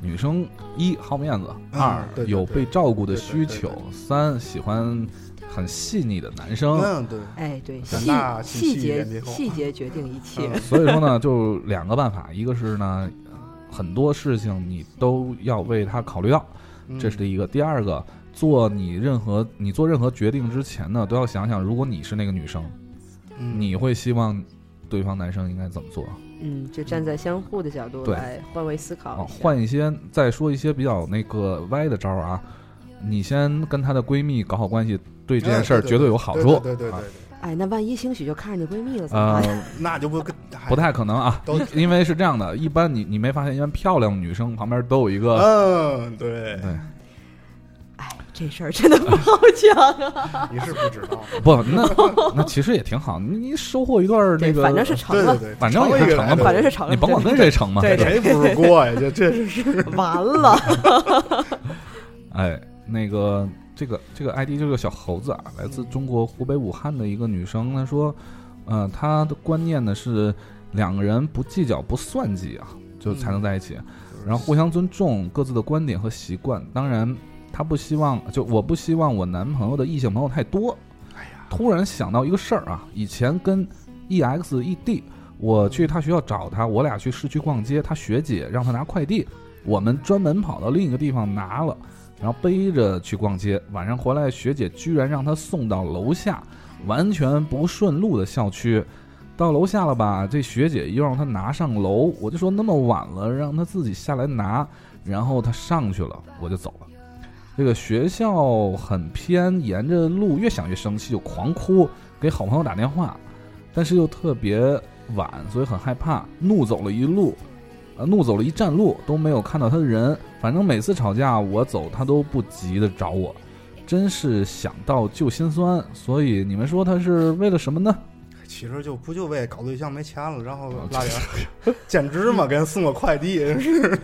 女生一好面子，二对对对有被照顾的需求， 对对对三喜欢很细腻的男生。 对， 哎，对， 胆大细节心细细节决定一切。 所以说呢，就两个办法，一个是呢，很多事情你都要为他考虑到，这是第一个。第二个，做任何决定之前呢，都要想想，如果你是那个女生，你会希望对方男生应该怎么做？ 就站在相互的角度来换位思考一下， 再说一些比较那个歪的招啊。你先跟她的闺蜜搞好关系，对这件事儿绝对有好处。 对。 哎，那万一兴许就看着你闺蜜了怎么办？ 那就不太可能啊，因为是这样的，一般你没发现，一般漂亮的女生旁边都有一个， 对。 哎，这事儿真的不好讲啊。 你是不知道， 不，那其实也挺好，你收获一段那个， 反正是成了， 对， 反正也是成了， 反正是成了， 你甭管跟谁成嘛， 对， 谁不是锅呀？这是完了。 哎，那个这个 ID 这个小猴子啊，来自中国湖北武汉的一个女生，她说，她的观念呢是两个人不计较不算计啊，就才能在一起，然后互相尊重各自的观点和习惯。当然，我不希望我男朋友的异性朋友太多。 哎呀， 突然想到一个事儿啊，以前跟 EX 异地，我去他学校找他，我俩去市区逛街，他学姐让他拿快递，我们专门跑到另一个地方拿了。然后背着去逛街，晚上回来，学姐居然让他送到楼下，完全不顺路的校区。到楼下了吧，这学姐又让他拿上楼，我就说那么晚了，让他自己下来拿。然后他上去了，我就走了。这个学校很偏，沿着路越想越生气，就狂哭，给好朋友打电话，但是又特别晚，所以很害怕，怒走了一站路都没有看到他的人。反正每次吵架我走他都不急的找我，真是想到就心酸。所以你们说他是为了什么呢？ 其实就为搞对象没钱了，然后拉点兼职嘛，给人送个快递是。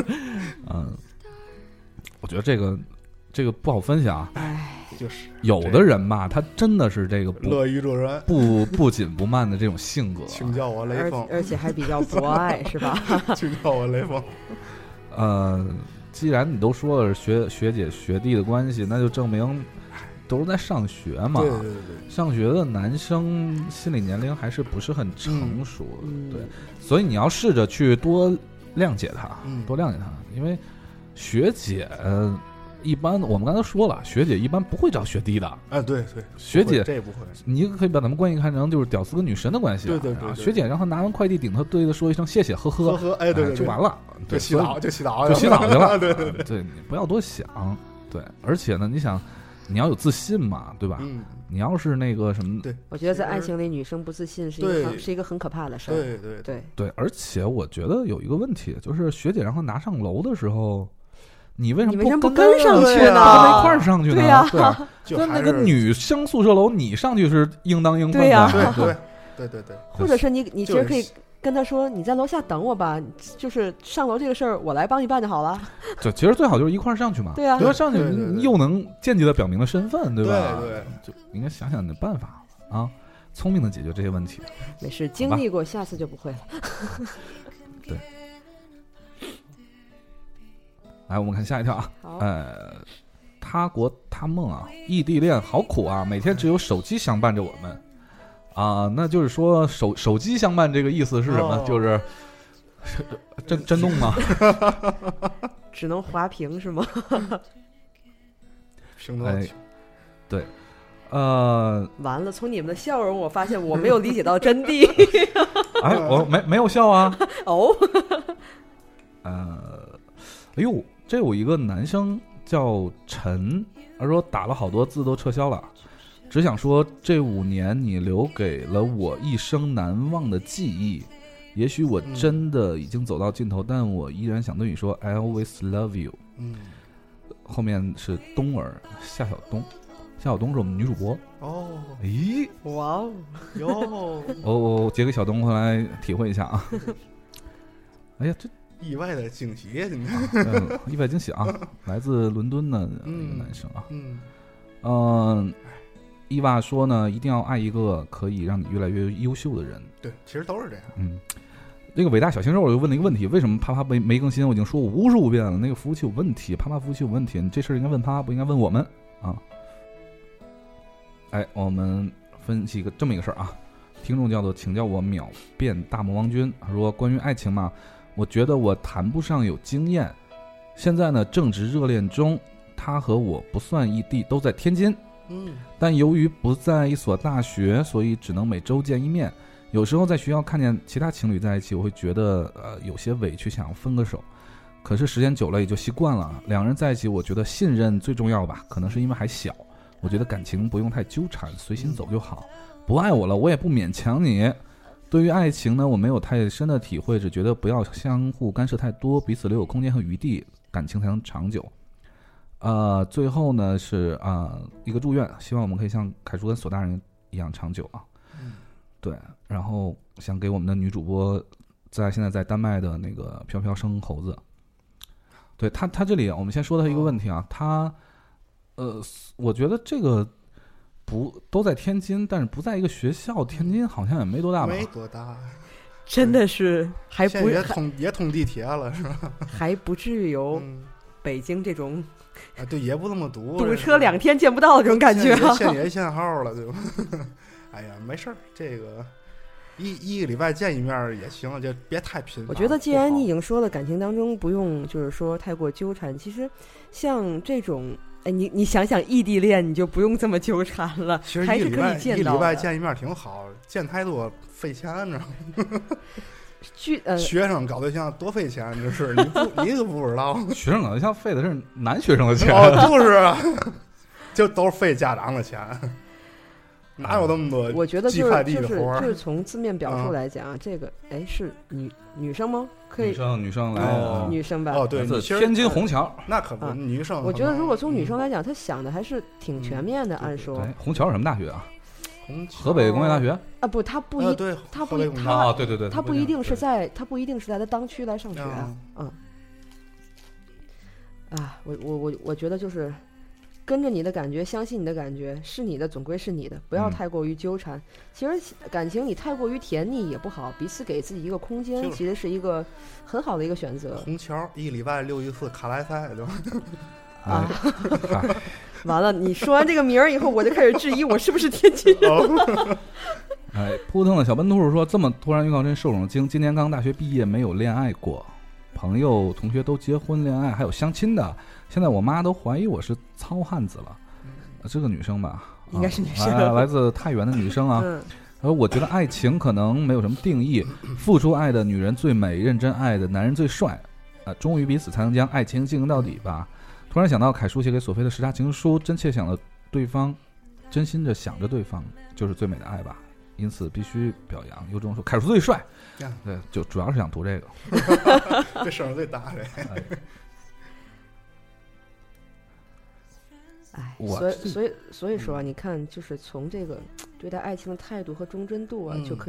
我觉得这个不好分享。 就是有的人吧，他真的是这个乐于助人， 不紧不慢的这种性格， 请叫我雷锋， 而且还比较博爱，是吧？ 请叫我雷锋。 既然你都说了是学姐学弟的关系，那就证明都是在上学嘛。 对， 上学的男生心理年龄还是不是很成熟的，对，所以你要试着去多谅解他，多谅解他，因为学姐。一般我们刚才说了，学姐一般不会找学弟的。 对， 学姐这也不会。 你可以把咱们关系看成就是屌丝跟女神的关系。 对， 学姐让他拿完快递，顶他对他说一声谢谢，呵呵， 哎，对， 就完了， 就洗澡去了。 对， 你不要多想。对，而且呢，你想，你要有自信嘛，对吧？你要是那个什么， 对， 我觉得在爱情里，女生不自信是一个很可怕的事儿。 对， 而且我觉得有一个问题，就是学姐让他拿上楼的时候。你为什么不跟上去呢？ 一块儿上去呢？ 对呀， 跟那个女生宿舍楼，你上去是应当应分的。 对呀， 对。 或者是你其实可以跟他说，你在楼下等我吧，就是上楼这个事儿，我来帮你办就好了。 就其实最好就是一块儿上去嘛。 对呀， 一块上去又能间接的表明了身份，对吧？ 对， 就应该想想你的办法啊，聪明的解决这些问题。 没事，经历过，下次就不会了。 对。来，我们看下一条啊。他国他梦啊，异地恋好苦啊，每天只有手机相伴着我们啊。那就是说手机相伴这个意思是什么？就是震动吗？ 只能滑屏是吗？ 屏多对， 完了，从你们的笑容，我发现我没有理解到真谛。 哎，我没有笑啊。 哦。 哎呦。这有一个男生叫陈，他说打了好多字都撤销了，只想说这5年你留给了我一生难忘的记忆。也许我真的已经走到尽头，但我依然想对你说 I always love you。后面是冬儿夏晓冬，夏晓冬是我们女主播。咦， 哇哦，截给小东回来体会一下啊。哎呀，这意外的惊喜， 意外惊喜啊！来自伦敦的一个男生啊，伊娃说呢，一定要爱一个可以让你越来越优秀的人。 对，其实都是这样。 这个伟大小鲜肉又问了一个问题：为什么啪啪没更新？我已经说过无数遍了，那个服务器有问题，啪啪服务器有问题，你这事儿应该问啪，不应该问我们啊。哎，我们分析这么一个事儿啊，听众叫做请叫我秒变大魔王君，他说关于爱情嘛，我觉得我谈不上有经验，现在呢正值热恋中，他和我不算异地，都在天津，但由于不在一所大学，所以只能每周见一面。有时候在学校看见其他情侣在一起，我会觉得有些委屈，想要分个手。可是时间久了也就习惯了。两人在一起，我觉得信任最重要吧，可能是因为还小。我觉得感情不用太纠缠，随心走就好。不爱我了，我也不勉强你。对于爱情呢，我没有太深的体会，只觉得不要相互干涉太多，彼此留有空间和余地，感情才能长久。最后呢是一个祝愿，希望我们可以像凯叔跟索大人一样长久啊。对，然后想给我们的女主播现在在丹麦的那个飘飘生猴子。对他这里我们先说他一个问题啊，他我觉得这个不都在天津，但是不在一个学校，天津好像也没多大吧？ 没多大， 真的是还不也通地铁了是吧？ 还不至于有北京这种对，也不这么堵车2天见不到这种感觉啊， 限号了对吧？哎呀，没事儿，这个一个礼拜见一面也行，就别太频繁。 我觉得既然你已经说了，感情当中不用就是说太过纠缠，其实像这种你想想异地恋，你就不用这么纠缠了， 其实还是可以见到的。 一礼拜见一面挺好，见太多费钱，你知道吗？学生搞对象多费钱，就是你都不知道。 学生搞对象费的是男学生的钱， 就是啊，就都是费家长的钱。哪有那么多？ 我觉得就是从字面表述来讲，这个是女生吗？可以女生来女生吧？ 哦，对， 天津虹桥那可不女生。 我觉得如果从女生来讲，她想的还是挺全面的。按说， 虹桥是什么大学啊？河北工业大学啊？不，他不一，他不一， 对， 他不一定是在他当区来上学我觉得就是跟着你的感觉，相信你的感觉，是你的总归是你的，不要太过于纠缠。其实感情你太过于甜腻也不好，彼此给自己一个空间，其实是一个很好的一个选择。 虹桥一礼拜6一次卡莱赛，对吧？完了，你说完这个名儿以后，我就开始质疑我是不是天津人。 扑腾的小笨兔说：“这么突然预告真受宠惊，今年刚大学毕业，没有恋爱过，朋友同学都结婚恋爱，还有相亲的。现在我妈都怀疑我是糙汉子了。这个女生吧， 应该是女生， 来自太原的女生啊。我觉得爱情可能没有什么定义，付出爱的女人最美，认真爱的男人最帅。忠于彼此才能将爱情经营到底吧。”突然想到凯叔写给索菲的时差情书，真切想了对方，真心的想着对方，就是最美的爱吧。因此必须表扬。有种说凯叔最帅，对，就主要是想读这个。 这声儿最大的。 所以说啊，你看，就是从这个对待爱情的态度和忠贞度啊，就可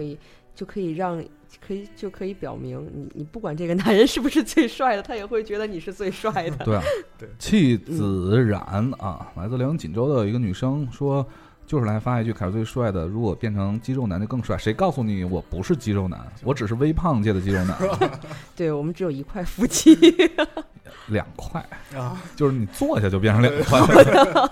以表明你不管这个男人是不是最帅的，他也会觉得你是最帅的。 对啊，对。弃子然啊，来自辽宁锦州的一个女生说，就是来发一句凯叔最帅的，如果变成肌肉男就更帅。谁告诉你我不是肌肉男？我只是微胖界的肌肉男。 对，我们只有一块腹肌。 2块啊，就是你坐下就变成2块。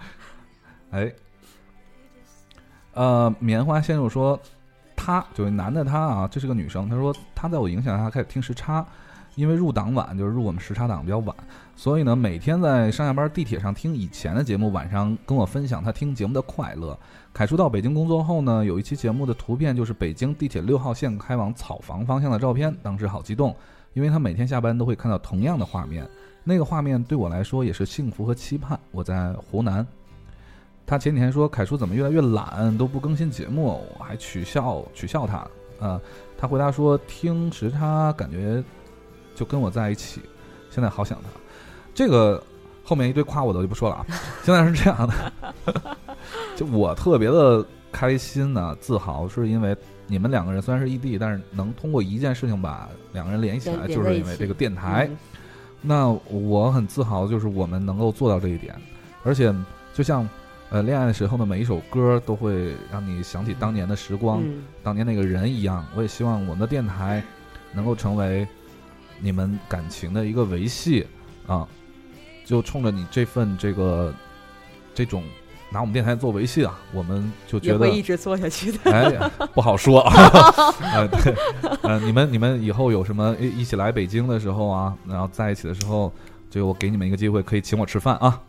棉花先生说，他就是男的他啊，这是个女生。他说他在我影响下开始听时差，因为入党晚，就是入我们时差党比较晚，所以呢每天在上下班地铁上听以前的节目，晚上跟我分享他听节目的快乐。凯叔到北京工作后呢，有一期节目的图片就是北京地铁6号线开往草房方向的照片，当时好激动，因为他每天下班都会看到同样的画面，那个画面对我来说也是幸福和期盼。我在湖南。他前几天说凯叔怎么越来越懒，都不更新节目，我还取笑他。他回答说听时差感觉就跟我在一起，现在好想他。这个后面一堆夸我的我就不说了啊。现在是这样的，就我特别的开心呢，自豪，是因为你们2个人虽然是异地，但是能通过一件事情把2个人联系起来，就是因为这个电台。那我很自豪，就是我们能够做到这一点，而且就像恋爱的时候的每一首歌都会让你想起当年的时光，当年那个人一样。我也希望我们的电台能够成为你们感情的一个维系啊，就冲着你这份这种拿我们电台做维系啊，我们就觉得也会一直做下去的。 哎，不好说啊。对，你们以后有什么一起来北京的时候啊，然后在一起的时候，就我给你们一个机会，可以请我吃饭啊。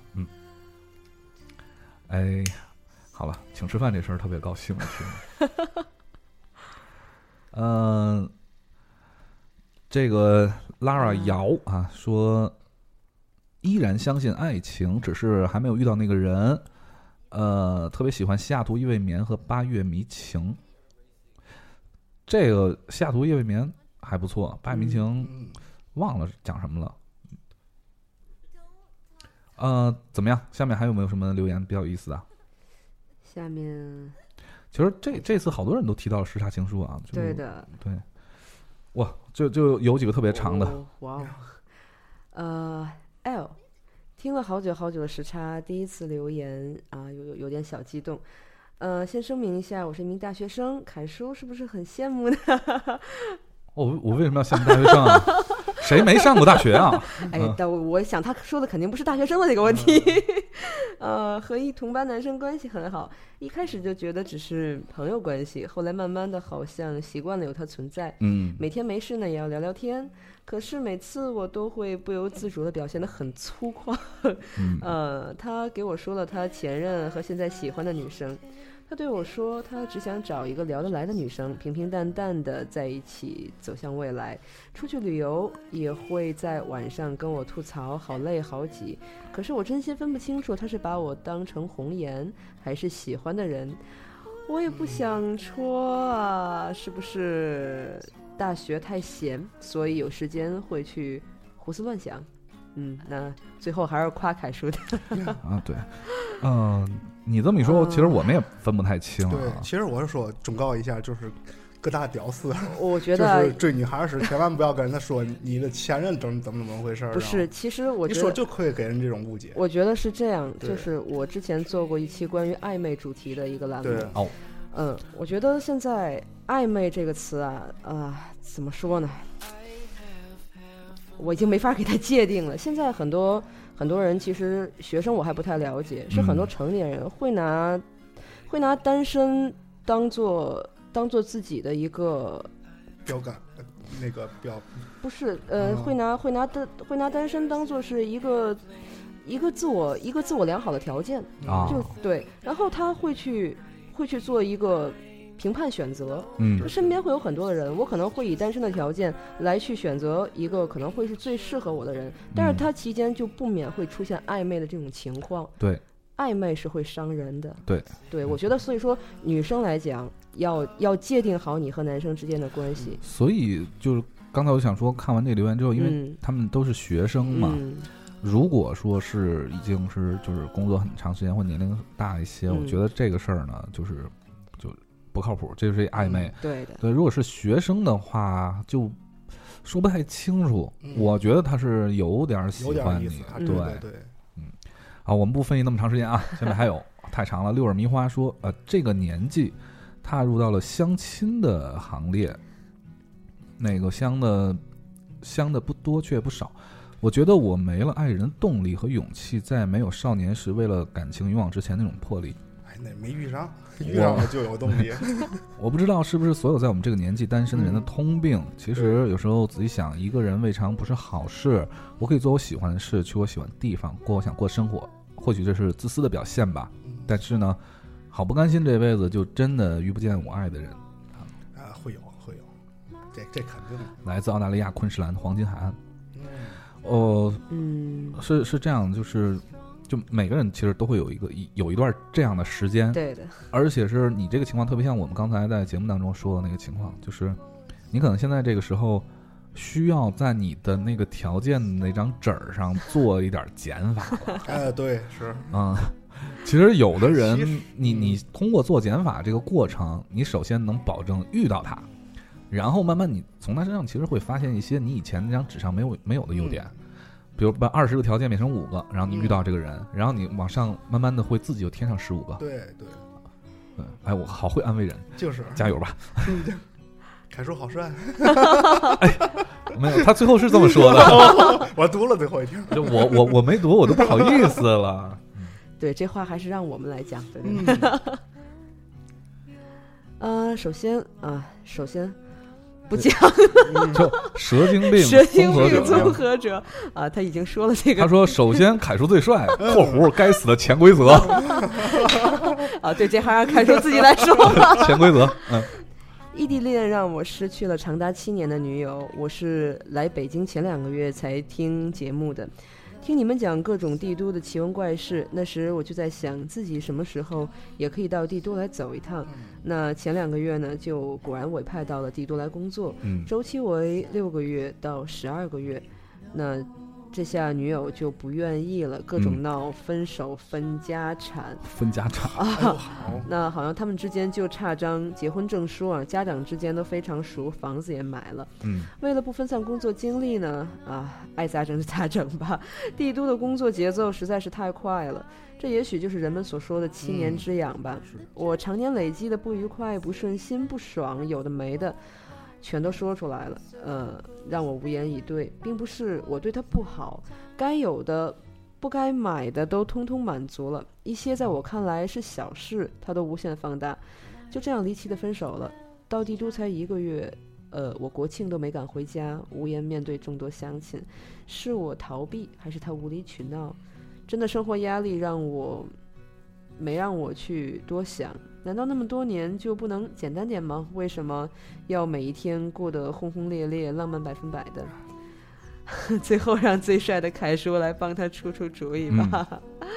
哎，好了，请吃饭这事儿特别高兴了，这个 Lara 姚啊说，依然相信爱情，只是还没有遇到那个人。特别喜欢西雅图夜未眠和八月迷情。这个西雅图夜未眠还不错，八月迷情忘了讲什么了。怎么样？下面还有没有什么留言比较有意思的？ 下面， 其实这次好多人都提到了时差情书啊。 对的， 对。哇，就有几个特别长的。 哇哦，L。听了好久好久的时差，第一次留言啊，有点小激动。先声明一下，我是一名大学生，凯叔是不是很羡慕呢？ 我为什么要羡慕大学生啊？谁没上过大学啊？ 哎，但我想他说的肯定不是大学生的这个问题。和一同班男生关系很好，一开始就觉得只是朋友关系，后来慢慢的好像习惯了有他存在。每天没事呢也要聊聊天，可是每次我都会不由自主的表现得很粗犷。他给我说了他前任和现在喜欢的女生。他对我说，他只想找一个聊得来的女生，平平淡淡的在一起走向未来。出去旅游也会在晚上跟我吐槽好累好挤。可是我真心分不清楚他是把我当成红颜还是喜欢的人。我也不想戳啊，是不是大学太闲，所以有时间会去胡思乱想。那最后还是夸凯叔的。 啊，对，你这么一说，其实我们也分不太清。 对，其实我是说忠告一下，就是各大屌丝， 我觉得就是追女孩时千万不要跟他说你的前任怎么回事。 不是，其实我觉得你说就可以给人这种误解。 我觉得是这样，就是我之前做过一期关于暧昧主题的一个栏目。我觉得现在暧昧这个词怎么说呢？我已经没法给他界定了。现在很多人，其实学生我还不太了解，是很多成年人会拿单身当做自己的一个标杆，那个标不是会拿单身当做是一个自我良好的条件就对，然后他会去做一个评判选择。身边会有很多的人，我可能会以单身的条件来去选择一个可能会是最适合我的人，但是他期间就不免会出现暧昧的这种情况。 对， 暧昧是会伤人的。 对， 我觉得所以说女生来讲要界定好你和男生之间的关系。 所以就是刚才我想说，看完这个留言之后，因为他们都是学生嘛，如果说是已经是就是工作很长时间或年龄大一些，我觉得这个事儿呢就不靠谱，这就是暧昧。 对的。 对，如果是学生的话，就说不太清楚。我觉得他是有点喜欢你。对。好，我们不分析那么长时间啊，下面还有太长了。六耳迷花说，这个年纪踏入到了相亲的行列，那个香的不多却不少。我觉得我没了爱人的动力和勇气，在没有少年时为了感情勇往直前那种魄力。 那没遇上了就有动力。 我不知道是不是所有在我们这个年纪单身的人的通病。其实有时候仔细想，一个人未尝不是好事。我可以做我喜欢的事，去我喜欢的地方，过我想过生活。或许这是自私的表现吧，但是呢，好不甘心这辈子就真的遇不见我爱的人。 会有，这肯定。 来自澳大利亚昆士兰黄金海岸。是这样，就每个人其实都会有一段这样的时间。 对的。而且是你这个情况特别像我们刚才在节目当中说的那个情况，就是你可能现在这个时候需要在你的那个条件的那张纸上做一点减法了。 对，是。 其实有的人，你通过做减法这个过程，你首先能保证遇到他，然后慢慢你从他身上其实会发现一些你以前那张纸上没有的优点。比如把20个条件变成5个，然后你遇到这个人，然后你往上慢慢的会自己又添上15个。 对。 哎，我好会安慰人， 就是加油吧。 凯叔好帅。 没有，他最后是这么说的。 我读了最后一条， 就我没读，我都不好意思了。 对，这话还是让我们来讲。对，首先不讲就蛇精病蛇精病综综合者啊，他已经说了这个。 他说，首先凯叔最帅（括弧该死的潜规则） 啊，对，这还让凯叔自己来说吧。 潜规则， 异地恋让我失去了长达7年的女友。我是来北京前2个月才听节目的，听你们讲各种帝都的奇闻怪事，那时我就在想自己什么时候也可以到帝都来走一趟。那前2个月呢，就果然委派到了帝都来工作，周期为6个月到12个月。那这下女友就不愿意了，各种闹，分手、分家产啊。 那好像他们之间就差张结婚证书啊，家长之间都非常熟，房子也买了。为了不分散工作精力呢，爱咋整就咋整吧。帝都的工作节奏实在是太快了，这也许就是人们所说的7年之痒吧。我常年累积的不愉快、不顺心、不爽，有的没的。全都说出来了，让我无言以对，并不是我对他不好，该有的、不该买的都通通满足了，一些在我看来是小事，他都无限放大，就这样离奇的分手了。到帝都才1个月，我国庆都没敢回家，无颜面对众多乡亲，是我逃避，还是他无理取闹？真的生活压力没让我去多想，难道那么多年就不能简单点吗？为什么要每一天过得轰轰烈烈、浪漫100%的？最后让最帅的凯叔来帮他出主意吧。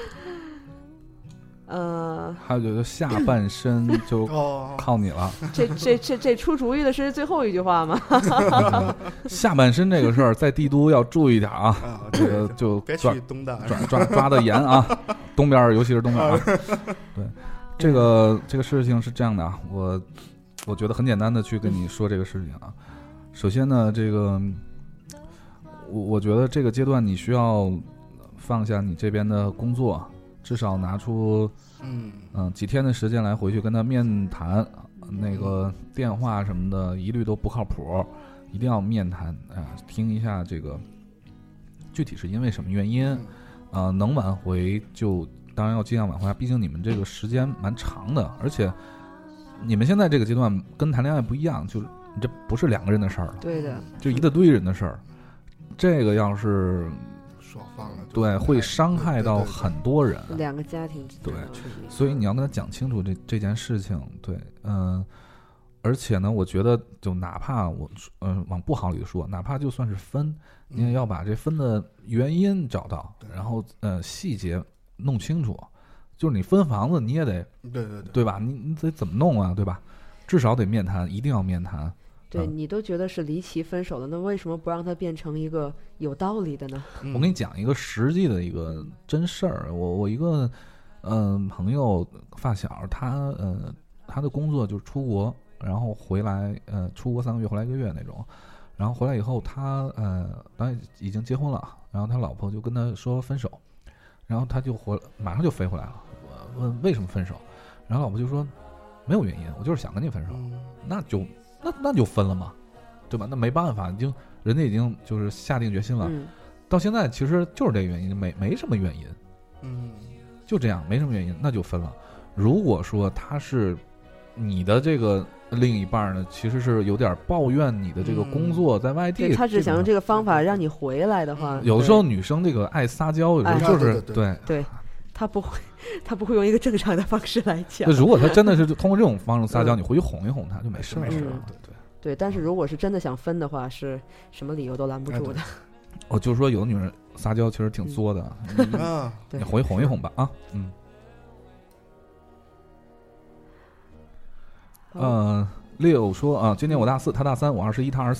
还有就是下半身就靠你了。 这出主意的是最后一句话吗？ 下半身这个事儿在帝都要注意点啊，这个就别去东大抓的严啊，东边尤其是东边啊。对，这个事情是这样的啊，我觉得很简单的去跟你说这个事情啊。首先呢，这个我觉得这个阶段你需要放下你这边的工作。至少拿出几天的时间来回去跟他面谈，那个电话什么的一律都不靠谱，一定要面谈听一下这个具体是因为什么原因能挽回就当然要尽量挽回，毕竟你们这个时间蛮长的，而且你们现在这个阶段跟谈恋爱不一样，就这不是2个人的事儿了， 对的， 就一大堆人的事儿，这个要是双方了， 对，会伤害到很多人 ，2个家庭之间， 对，所以你要跟他讲清楚这件事情，对，而且呢，我觉得就哪怕我往不好里说，哪怕就算是分，你也要把这分的原因找到，然后细节弄清楚，就是你分房子你也得对吧？你得怎么弄啊，对吧？至少得面谈，一定要面谈。 对，你都觉得是离奇分手了，那为什么不让它变成一个有道理的呢？ 我跟你讲一个实际的一个真事儿，我一个朋友发小，他的工作就是出国，然后回来出国3个月，回来1个月那种，然后回来以后他当然已经结婚了，然后他老婆就跟他说分手，然后他就马上就飞回来了，问为什么分手，然后老婆就说没有原因，我就是想跟你分手，那就分了嘛，对吧？那没办法，人家已经就是下定决心了，到现在其实就是这个原因，没什么原因，就这样，没什么原因，那就分了。如果说他是你的这个另一半呢，其实是有点抱怨你的这个工作在外地， 他只想用这个方法让你回来的话， 有的时候女生这个爱撒娇，有时候就是对。他不会用一个正常的方式来讲。 如果他真的是通过这种方式撒娇，你回去哄一哄他就没事了。 对。但是如果是真的想分的话，是什么理由都拦不住的。 就是说，有的女人撒娇其实挺作的，你回哄一哄吧啊。Leo 说啊，今年我大4，他大3，我21，他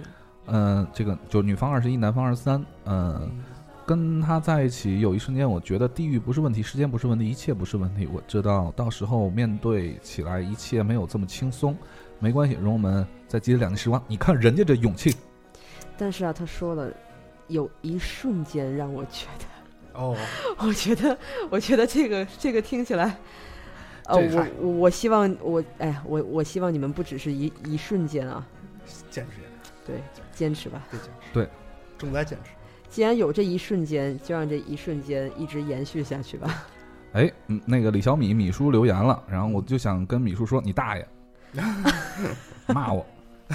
23。这个就女方21，男方23。跟他在一起有一瞬间，我觉得地域不是问题，时间不是问题，一切不是问题。我知道到时候面对起来一切没有这么轻松，没关系，容我们再积累2年时光。你看人家这勇气。 但是啊，他说了，有一瞬间让我觉得，我觉得这个听起来，我希望你们不只是一瞬间啊。 坚持坚持， 对，坚持吧。 对， 正在坚持。 既然有这一瞬间，就让这一瞬间一直延续下去吧。 哎，那个李小米叔留言了，然后我就想跟米叔说，你大爷，骂我。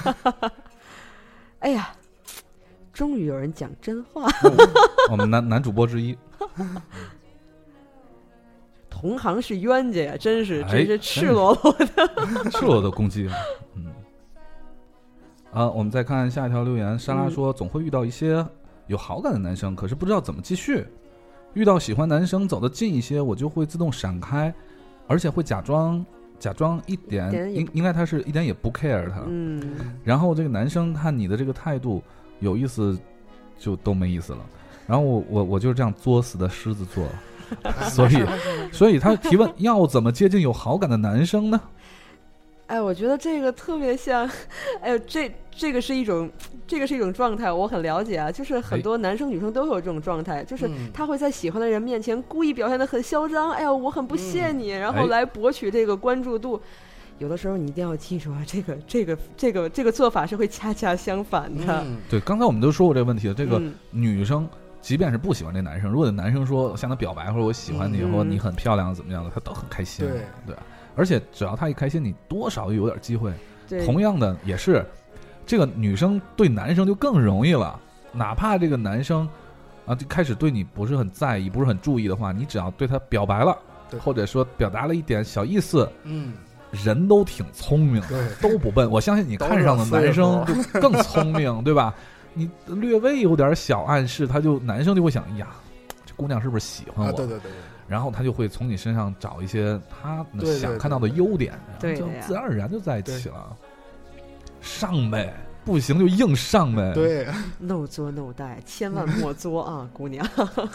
哎呀，终于有人讲真话。 我们男主播之一， 同行是冤家呀，真是赤裸裸的， 赤裸的攻击。我们再看下一条留言，莎拉说，总会遇到一些有好感的男生，可是不知道怎么继续。遇到喜欢男生走得近一些，我就会自动闪开，而且会假装一点，应该他是一点也不 care 他。然后这个男生看你的这个态度有意思，就都没意思了。然后我就是这样作死的狮子座，所以他提问要怎么接近有好感的男生呢？ 哎，我觉得这个特别像，哎呦，这个是一种状态，我很了解啊。就是很多男生女生都有这种状态，就是他会在喜欢的人面前故意表现得很嚣张，哎呀，我很不屑你，然后来博取这个关注度。有的时候你一定要记住啊，这个做法是会恰恰相反的。 对，刚才我们都说过这个问题了。这个女生即便是不喜欢这男生，如果男生说向他表白，或者我喜欢你，或者你很漂亮怎么样的，他都很开心。对。而且只要他一开心，你多少有点机会。同样的也是，这个女生对男生就更容易了。哪怕这个男生啊，就开始对你不是很在意，不是很注意的话，你只要对他表白了，或者说表达了一点小意思，人都挺聪明的，都不笨。我相信你看上的男生就更聪明，对吧？你略微有点小暗示，男生就会想，呀，这姑娘是不是喜欢我？ 对。 然后他就会从你身上找一些他想看到的优点， 对， 就自然而然就在一起了。上呗，不行就硬上呗。 对 ，no 作 no 带，千万莫作啊，姑娘。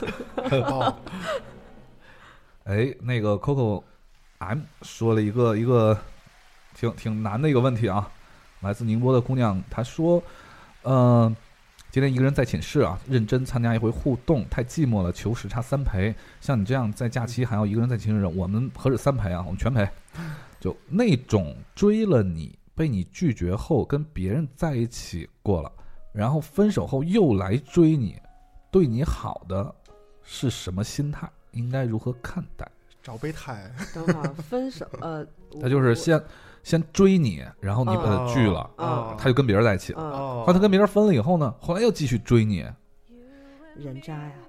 哎，那个 Coco M 说了一个挺难的一个问题啊，来自宁波的姑娘，她说，今天一个人在寝室啊，认真参加一回互动，太寂寞了，求时差3陪。像你这样在假期还要一个人在寝室，我们何止3陪啊，我们全陪。就那种追了你，被你拒绝后跟别人在一起过了，然后分手后又来追你，对你好的是什么心态？应该如何看待？ 找备胎。 等会儿分手， 他就是先追你，然后你把他拒了，他就跟别人在一起了。后来他跟别人分了以后呢，后来又继续追你， 人渣呀！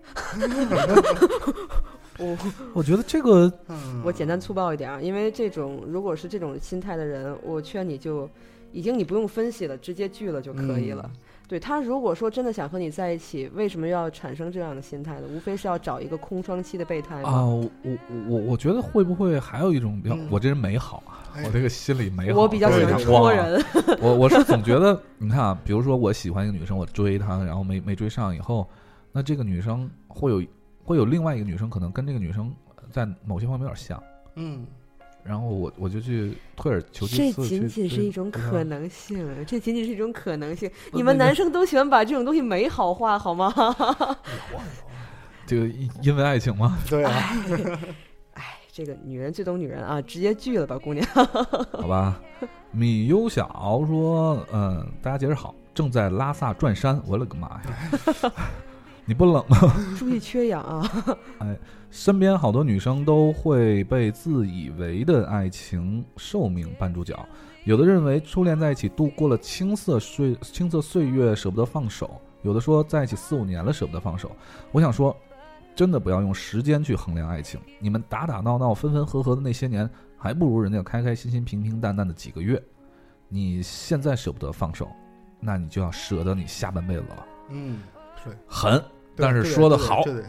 我觉得这个， 我简单粗暴一点啊，因为如果是这种心态的人，我劝你就你不用分析了，直接拒了就可以了。对，他如果说真的想和你在一起，为什么要产生这样的心态呢？无非是要找一个空窗期的备胎嘛。 我觉得会不会还有一种比较，我这人美好啊，我这个心里美好。 我比较喜欢戳人。 我是总觉得，你看啊，比如说我喜欢一个女生，我追她，然后没追上以后，那这个女生会有另外一个女生，可能跟这个女生在某些方面有点像。然后我就去退而求其次， 这仅仅是一种可能性，这仅仅是一种可能性。你们男生都喜欢把这种东西美好化，好吗？ 这个因为爱情吗？ 对啊。 哎，这个女人最懂女人啊，直接拒了吧，姑娘。 好吧。米优小说，大家节日好，正在拉萨转山，我勒个妈呀！你不冷吗？ 注意缺氧啊！ 哎，身边好多女生都会被自以为的爱情寿命绊住脚，有的认为初恋在一起度过了青涩岁月舍不得放手，有的说在一起4-5年了舍不得放手。我想说，真的不要用时间去衡量爱情，你们打打闹闹分分合合的那些年，还不如人家开开心心平平淡淡的几个月。你现在舍不得放手，那你就要舍得你下半辈子了。 对， 狠。但是说的好， 对，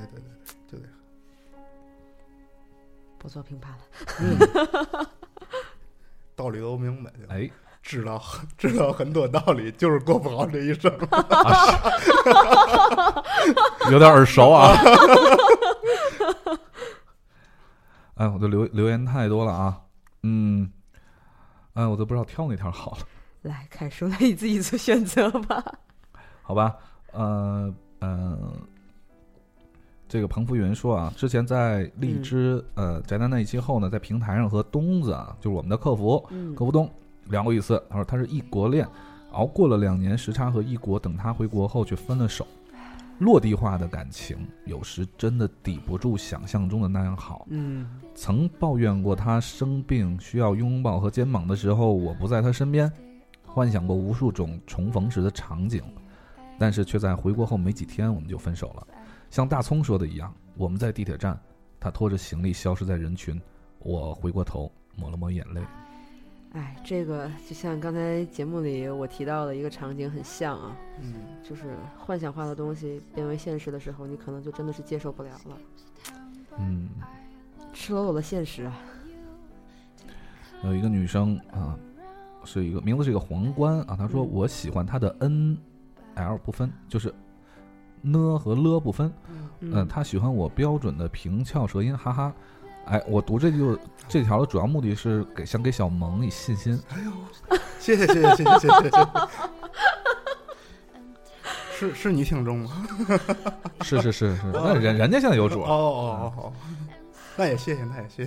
不做评判了。 道理都明白， 哎， 知道很多道理，就是过不好这一生。 有点耳熟啊。哎，我的留言太多了啊。我都不知道挑哪条好了。 来看书，来你自己做选择吧。 好吧，这个彭福云说啊，之前在荔枝宅男那一期后呢，在平台上和东子啊，就是我们的客服东聊过一次。他说他是异国恋， 熬过了2年时差和异国，等他回国后却分了手。落地化的感情有时真的抵不住想象中的那样好。曾抱怨过他生病需要拥抱和肩膀的时候我不在他身边，幻想过无数种重逢时的场景，但是却在回国后没几天我们就分手了。像大葱说的一样，我们在地铁站，他拖着行李消失在人群，我回过头抹了抹眼泪。 哎，这个就像刚才节目里我提到的一个场景很像啊，就是幻想化的东西变为现实的时候，你可能就真的是接受不了了。赤裸裸的现实啊。 有一个女生啊，名字是一个皇冠啊，她说我喜欢她的 N、L 不分，就是呢和了不分。她喜欢我标准的平翘舌音，哈哈。哎，我读这条的主要目的是想给小萌以信心。 哎呦，谢谢。是你听众吗？ 是，那人家现在有主。 哦，那也谢谢。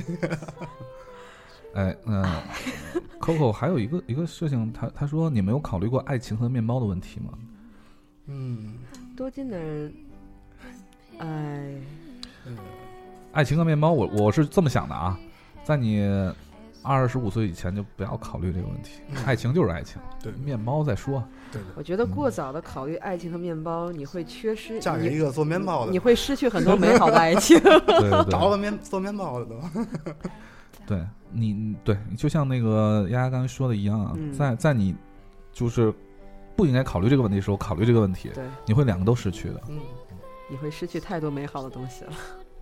哎，Coco 还有一个事情，他说你没有考虑过爱情和面包的问题吗？ 多进点爱。 爱情和面包，我是这么想的啊，在你25岁以前就不要考虑这个问题，爱情就是爱情， 对， 面包再说。 对， 我觉得过早的考虑爱情和面包，你会缺失。 嫁给一个做面包的， 你会失去很多美好的爱情。 对， 找个做面包的都。 对你就像那个丫丫刚才说的一样啊，在你就是不应该考虑这个问题的时候考虑这个问题， 对， 你会2个都失去的。 你会失去太多美好的东西了。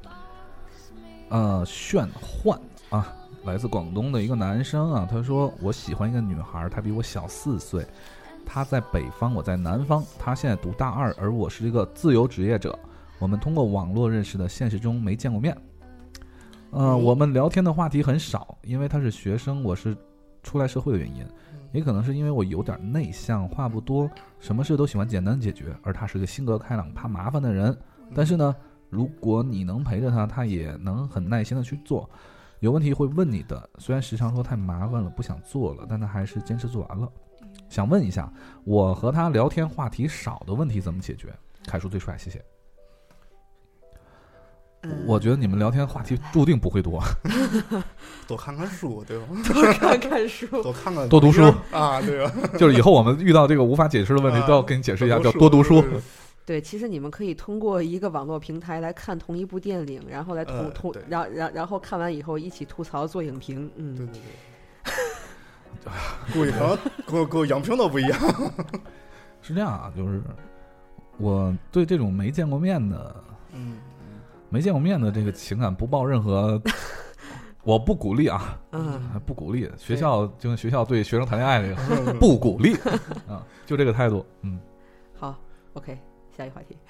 炫幻啊，来自广东的一个男生啊，他说我喜欢一个女孩，她比我小4岁，她在北方，我在南方，她现在读大2，而我是一个自由职业者，我们通过网络认识的，现实中没见过面。我们聊天的话题很少，因为她是学生，我是出来社会的原因，也可能是因为我有点内向，话不多，什么事都喜欢简单解决，而她是个性格开朗怕麻烦的人。但是呢，如果你能陪着他也能很耐心的去做，有问题会问你的，虽然时常说太麻烦了不想做了，但他还是坚持做完了。想问一下，我和他聊天话题少的问题怎么解决？凯叔最帅，谢谢。我觉得你们聊天话题注定不会多。 多看看书，对吧？ 多看看书， 多读书啊，对吧？ 就是以后我们遇到这个无法解释的问题，都要跟你解释一下，叫多读书。 对，其实你们可以通过一个网络平台来看同一部电影，然后来然后看完以后一起吐槽做影评。 对。估计可能跟影评都不一样。 是这样啊，就是我对这种没见过面的这个情感不抱任何，我不鼓励啊，不鼓励。学校就跟学校对学生谈恋爱这个不鼓励啊，就这个态度。 好 ，OK。下一个话题。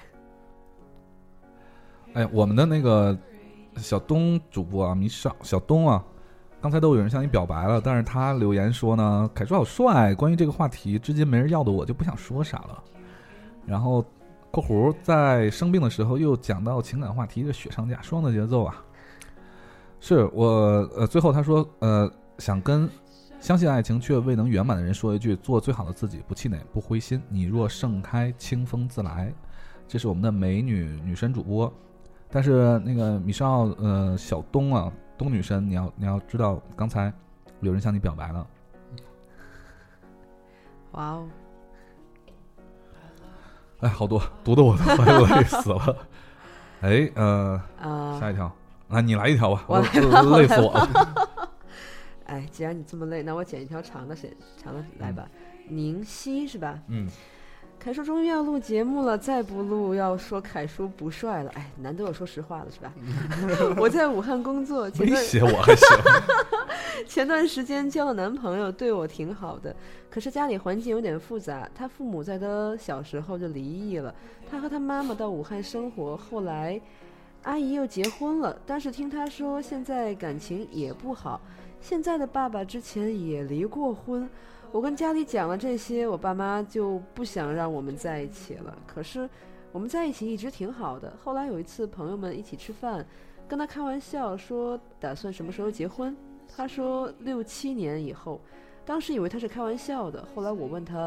哎，我们的那个小东主播啊，小东啊，刚才都有人向你表白了，但是他留言说呢，凯叔好帅，关于这个话题，至今没人要的我就不想说啥了。然后括弧在生病的时候又讲到情感话题，这雪上加霜的节奏啊。是我最后他说想跟相信爱情却未能圆满的人说一句，做最好的自己，不气馁不灰心，你若盛开清风自来。这是我们的美女神主播，但是那个米少小东啊，东女神，你要知道刚才有人向你表白了。 哇哦， 哎，好多读的我都累死了。哎下一条啊，你来一条吧，我累死我了。 哎，既然你这么累，那我剪一条长的来吧。宁熙是吧？凯叔终于要录节目了，再不录要说凯叔不帅了。哎，难得我说实话了是吧？我在武汉工作， 威胁我还行。 前段时间交了男朋友，对我挺好的，可是家里环境有点复杂，他父母在他小时候就离异了，他和他妈妈到武汉生活，后来阿姨又结婚了，但是听他说现在感情也不好，现在的爸爸之前也离过婚。我跟家里讲了这些，我爸妈就不想让我们在一起了，可是我们在一起一直挺好的。后来有一次朋友们一起吃饭，跟他开玩笑说打算什么时候结婚，他说6、7年以后，当时以为他是开玩笑的，后来我问他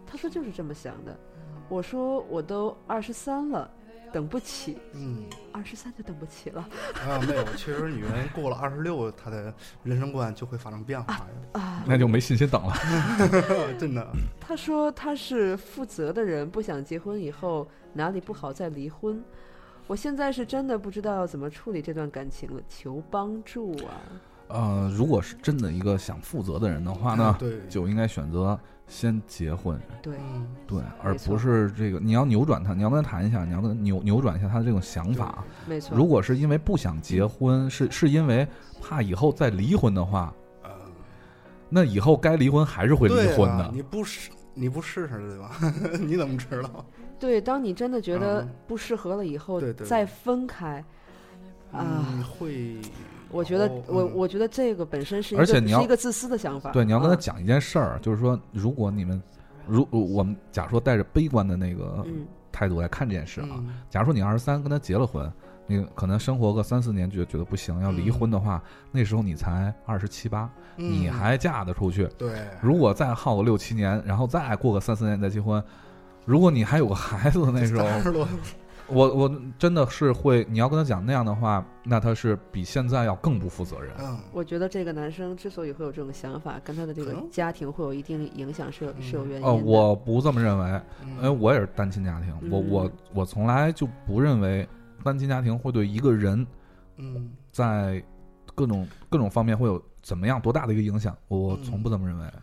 他说就是这么想的。我说我都23了，等不起。23就等不起了啊，没有，其实女人过了26，她的人生观就会发生变化那就没信心等了。 真的。 他说他是负责的人，不想结婚以后哪里不好再离婚。我现在是真的不知道要怎么处理这段感情了，求帮助啊！ 如果是真的一个想负责的人的话呢， 对， 就应该选择先结婚。 对， 对，而不是这个你要扭转他，你要跟他谈一下，你要跟他扭转一下他的这种想法。 没错。 如果是因为不想结婚，是因为怕以后再离婚的话，那以后该离婚还是会离婚的。 你不试试对吧？你怎么知道？ 对，当你真的觉得不适合了以后，再分开会。 我觉得我觉得这个本身是一个自私的想法。 对，你要跟他讲一件事儿，就是说，如果你们我们假如说带着悲观的那个态度来看这件事啊，假如说你23跟他结了婚，你可能生活个3-4年觉得不行，要离婚的话，那时候你才27、28，你还嫁得出去。 对， 如果再耗个6、7年，然后再过个3-4年再结婚，如果你还有个孩子，那时候我真的是会，你要跟他讲那样的话，那他是比现在要更不负责任。 我觉得这个男生之所以会有这种想法，跟他的这个家庭会有一定影响，是有原因的。 我不这么认为，因为我也是单亲家庭，我从来就不认为单亲家庭会对一个人，在各种方面会有怎么样多大的一个影响，我从不这么认为。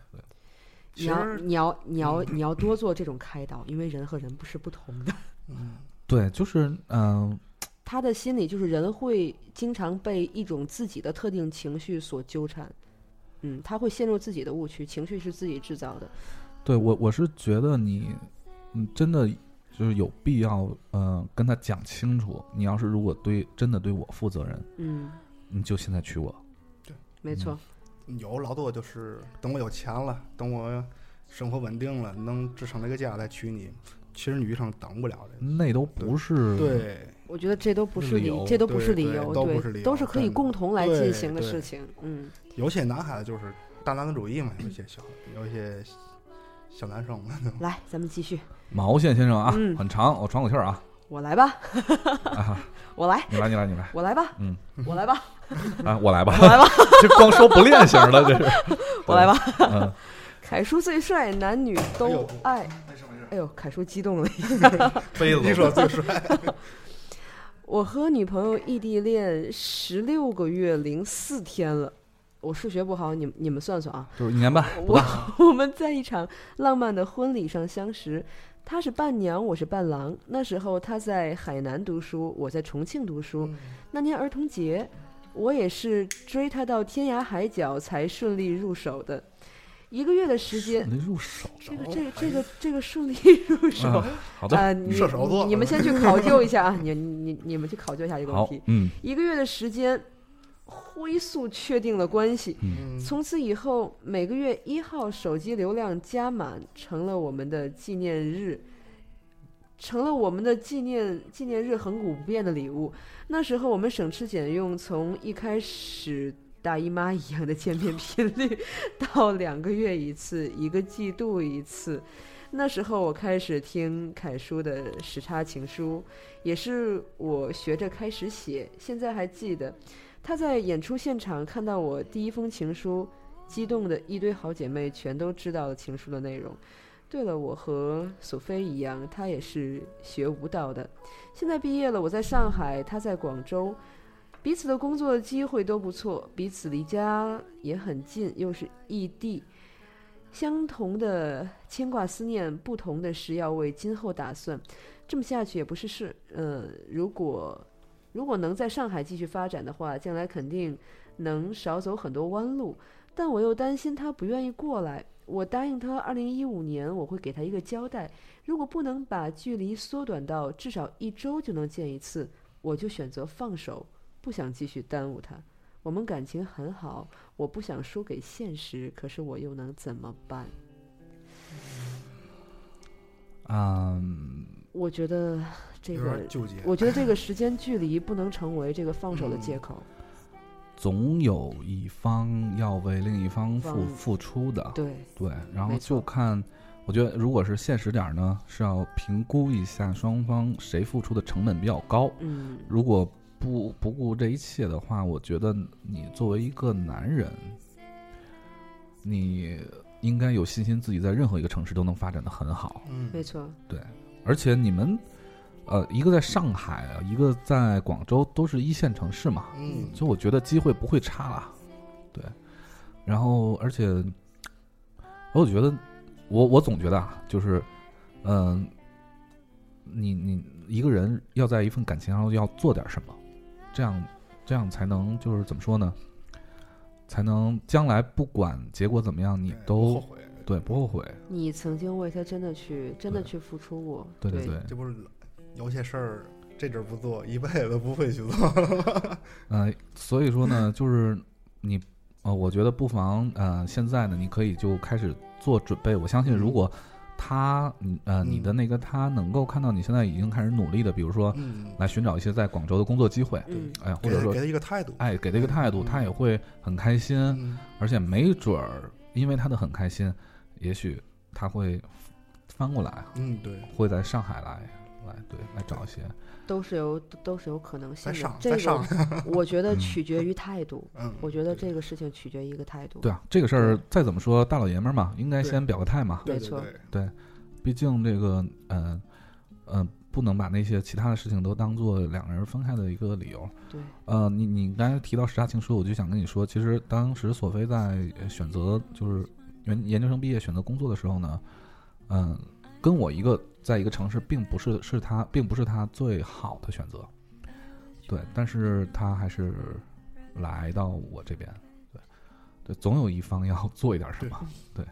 你要多做这种开导，因为人和人不是不同的。 对，就是他的心里就是人会经常被一种自己的特定情绪所纠缠，他会陷入自己的误区，情绪是自己制造的。 对，我是觉得你真的就是有必要跟他讲清楚，你要是如果真的对我负责任，你就现在娶我。 对， 没错。 有老多就是等我有钱了，等我生活稳定了，能支撑这个家再娶你。其实女生等不了的， 那都不是。 对， 我觉得这都不是理由，都不是理由，都是可以共同来进行的事情。 有些男孩子就是大男子主义嘛，有些小男生嘛。 来，咱们继续。 毛线先生啊，很长，我喘口气儿啊。 我来吧。我来。 你来。 我来吧。我来吧。 我来吧。这光说不练型的，这是。 我来吧。凯叔最帅，男女都爱。哎呦，凯叔激动了一下。 杯子， 你说最帅。 我和女朋友异地恋16个月04天了，我数学不好，你们算算啊。 就是1年半。 我们在一场浪漫的婚礼上相识，她是伴娘，我是伴郎。那时候她在海南读书，我在重庆读书。那年儿童节，我也是追她到天涯海角才顺利入手的。1个月的时间， 顺利入手。 这个顺利入手， 好的， 射手座。 你们先去考究一下啊，你们去考究一下这个问题。1个月的时间，灰速确定了关系。从此以后，每个月1号手机流量加满，成了我们的纪念日，恒古不变的礼物。那时候我们省吃俭用，从一开始大姨妈一样的见面频率到2个月一次，1个季度一次。那时候我开始听凯叔的时差情书，也是我学着开始写。现在还记得他在演出现场看到我第一封情书，激动的一堆好姐妹全都知道了情书的内容。对了，我和索菲一样，她也是学舞蹈的。现在毕业了，我在上海，她在广州，彼此的工作机会都不错，彼此离家也很近，又是异地，相同的牵挂思念，不同的是要为今后打算。这么下去也不是事。如果能在上海继续发展的话，将来肯定能少走很多弯路，但我又担心他不愿意过来。我答应他2015年我会给他一个交代，如果不能把距离缩短到至少1周就能见一次，我就选择放手，不想继续耽误他。我们感情很好，我不想输给现实，可是我又能怎么办？我觉得这个纠结， 我觉得这个时间距离不能成为这个放手的借口。 总有一方要为另一方付出的， 对， 然后就看我觉得如果是现实点呢，是要评估一下双方谁付出的成本比较高。如果不顾这一切的话，我觉得你作为一个男人，你应该有信心自己在任何一个城市都能发展得很好。 没错。 对，而且你们一个在上海啊，一个在广州，都是一线城市嘛。所以我觉得机会不会差了。对，然后而且我觉得我总觉得啊，就是你一个人要在一份感情上要做点什么，这样才能就是怎么说呢？才能将来不管结果怎么样，你都不后悔。 对，不后悔。 你曾经为他真的去付出过。 对对对， 这不是有些事儿这阵儿不做，一辈子不会去做。 所以说呢，就是你我觉得不妨现在呢，你可以就开始做准备。我相信，如果你的那个他能够看到你现在已经开始努力的，比如说来寻找一些在广州的工作机会，或者说给他一个态度， 给他一个态度，他也会很开心，而且没准儿因为他的很开心，也许他会翻过来， 对， 会在上海来找一些， 都是有可能性的。 再上， 我觉得取决于态度。我觉得这个事情取决于一个态度。 对啊，这个事儿再怎么说，大老爷们儿嘛，应该先表个态嘛。 没错， 对，毕竟这个不能把那些其他的事情都当做两个人分开的一个理由。 对， 你刚才提到10大情书，我就想跟你说，其实当时索菲在选择就是研究生毕业选择工作的时候呢，跟我在一个城市并不是他最好的选择，对，但是他还是来到我这边，对，总有一方要做一点什么，对，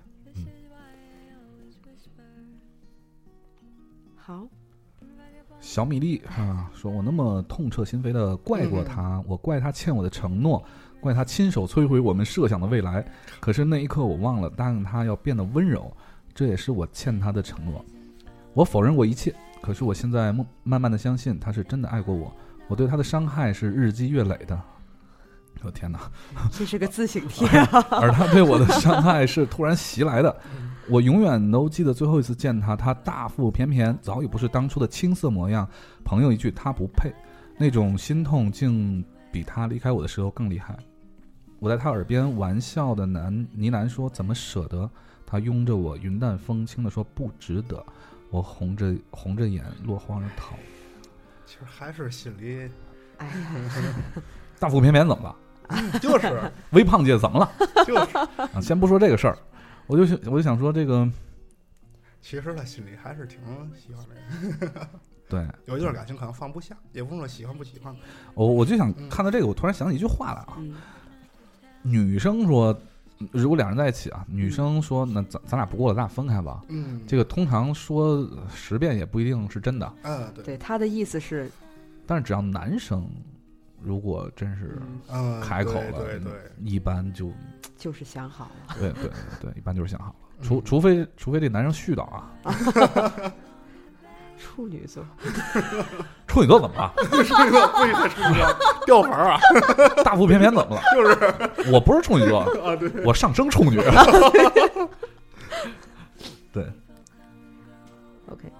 好。 小米粒说我那么痛彻心扉的怪过他，我怪他欠我的承诺，怪他亲手摧毁我们设想的未来，可是那一刻我忘了答应他要变得温柔，这也是我欠他的承诺。我否认过一切，可是我现在慢慢的相信他是真的爱过我，我对他的伤害是日积月累的。我天哪， 这是个自省帖而他对我的伤害是突然袭来的。我永远都记得最后一次见他，他大腹便便，早已不是当初的青涩模样。朋友一句他不配，那种心痛竟比他离开我的时候更厉害。我在他耳边玩笑的呢喃说怎么舍得，他拥着我云淡风轻的说不值得。我红着眼落荒而逃。 其实还是心里， 大腹便便怎么了？就是微胖姐怎么了？ 就是先不说这个事儿，我就想说这个， 其实他心里还是挺喜欢这个。 对， 有一段感情可能放不下，也不是说喜欢不喜欢。 我就想看到这个，我突然想起一句话来啊，女生说。如果两人在一起啊，女生说那咱俩不过了，咱俩分开吧。这个通常说10遍也不一定是真的。 对，他的意思是， 但是只要男生如果真是开口了， 对， 一般就是想好了。 对，一般就是想好了。除非这男生絮叨啊。 处女座， 处女座怎么了？ 处女座不许在处女座掉粉啊！ 大腹便便怎么了？ 就是我不是处女座啊，对， 我上升处女。对 ，OK，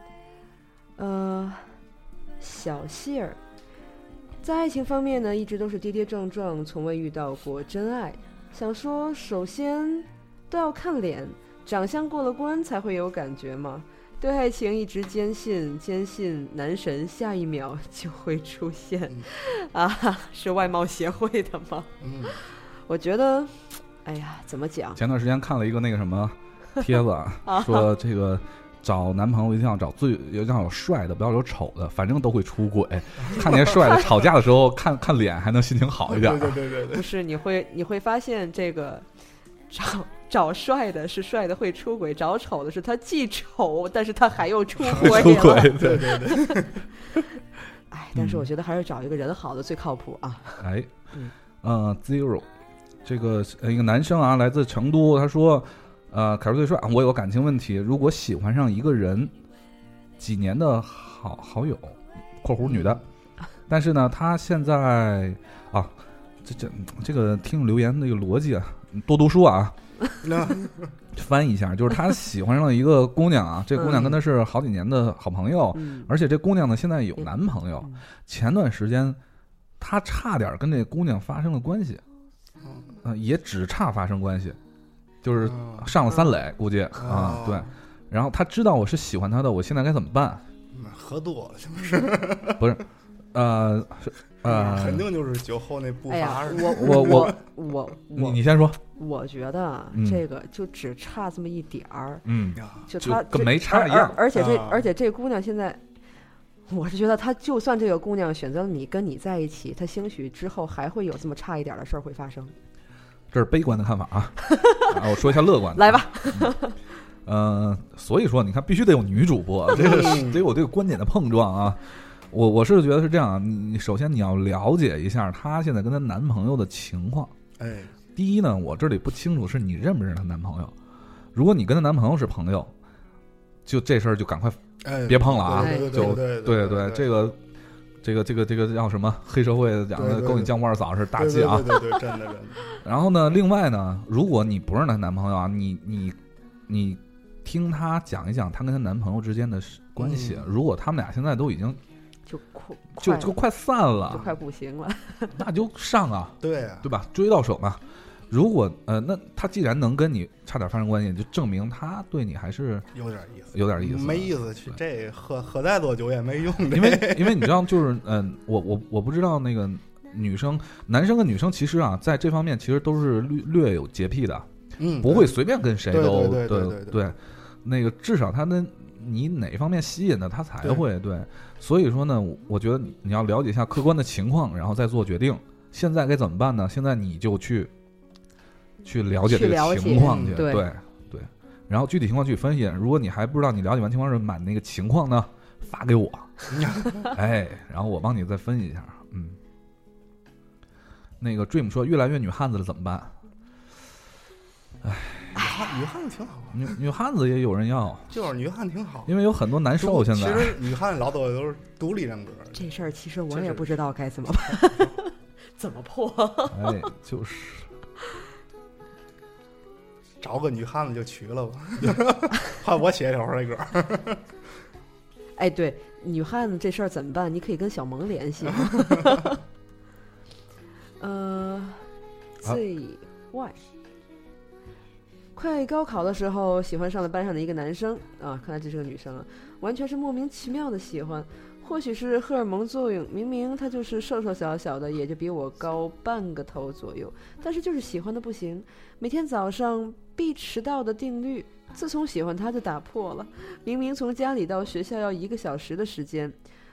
小谢儿，在爱情方面呢，一直都是跌跌撞撞，从未遇到过真爱。想说，首先都要看脸，长相过了关才会有感觉嘛。对爱情一直坚信男神下一秒就会出现，是外貌协会的吗？我觉得，哎呀，怎么讲？ 前段时间看了一个那个什么帖子，说这个找男朋友一定要找有帅的，不要有丑的，反正都会出轨。看那些帅的吵架的时候，看脸还能心情好一点。 对， 不是，你会发现这个找帅的是帅的会出轨，找丑的是他既丑，但是他还又出轨。 对。 但是我觉得还是找一个人好的最靠谱啊。 Zero， 这个一个男生啊，来自成都，他说，凯叔最帅，我有感情问题，如果喜欢上一个人，几年的好友（括弧女的），但是呢，他现在这个听留言那个逻辑啊，多读书啊。翻译一下，就是他喜欢上了一个姑娘啊，这姑娘跟他是好几年的好朋友，而且这姑娘呢现在有男朋友。前段时间他差点跟这姑娘发生了关系，也只差发生关系，就是上了3垒，估计啊，对。然后他知道我是喜欢他的，我现在该怎么办？ 喝多了是不是？ 不是， 肯定就是酒后那步伐。 哎呀， 你先说。 我觉得这个就只差这么一点儿，就他跟没差一样。 而且这姑娘现在，我是觉得她就算这个姑娘选择了跟你在一起，她兴许之后还会有这么差一点的事儿会发生。 这是悲观的看法啊，我说一下乐观的。 来吧。 所以说你看，必须得有女主播，这个得有这个观点的碰撞啊。我是觉得是这样，你首先你要了解一下她现在跟她男朋友的情况。第一呢，我这里不清楚是你认不认识她男朋友。如果你跟她男朋友是朋友，就这事儿就赶快别碰了啊！ 对， 这个叫什么？黑社会讲的勾你酱腕嫂是大忌啊！ 对，真的。 然后呢，另外呢，如果你不是她男朋友啊，你听她讲一讲她跟她男朋友之间的关系。如果他们俩现在都已经就快散了， 就快不行了， 那就上啊， 对吧？追到手嘛。如果那他既然能跟你差点发生关系，就证明他对你还是有点意思， 没意思。这喝再多酒也没用， 因为你知道，就是我不知道那个男生跟女生其实啊，在这方面其实都是略有洁癖的，不会随便跟谁都对，那个至少他跟你哪方面吸引的，他才会对。所以说呢，我觉得你要了解一下客观的情况，然后再做决定。现在该怎么办呢？现在你就去了解这个情况去，对，然后具体情况去分析。如果你还不知道你了解完情况是满那个情况呢，发给我，然后我帮你再分析一下。那个 Dream 说越来越女汉子了怎么办？ 女汉子挺好， 女汉子也有人要， 就是女汉子挺好， 因为有很多难受。现在其实女汉子老多都是独立人格， 这事儿其实我也不知道该怎么办，怎么破？ 就是找个女汉子就娶了吧，换我写一首这歌。 对，女汉子这事儿怎么办？你可以跟小萌联系。ZY。快高考的时候，喜欢上了班上的一个男生啊，看来这是个女生啊，完全是莫名其妙的喜欢，或许是荷尔蒙作用，明明他就是瘦瘦小小的，也就比我高半个头左右，但是就是喜欢的不行，每天早上必迟到的定律，自从喜欢他就打破了，明明从家里到学校要1个小时的时间，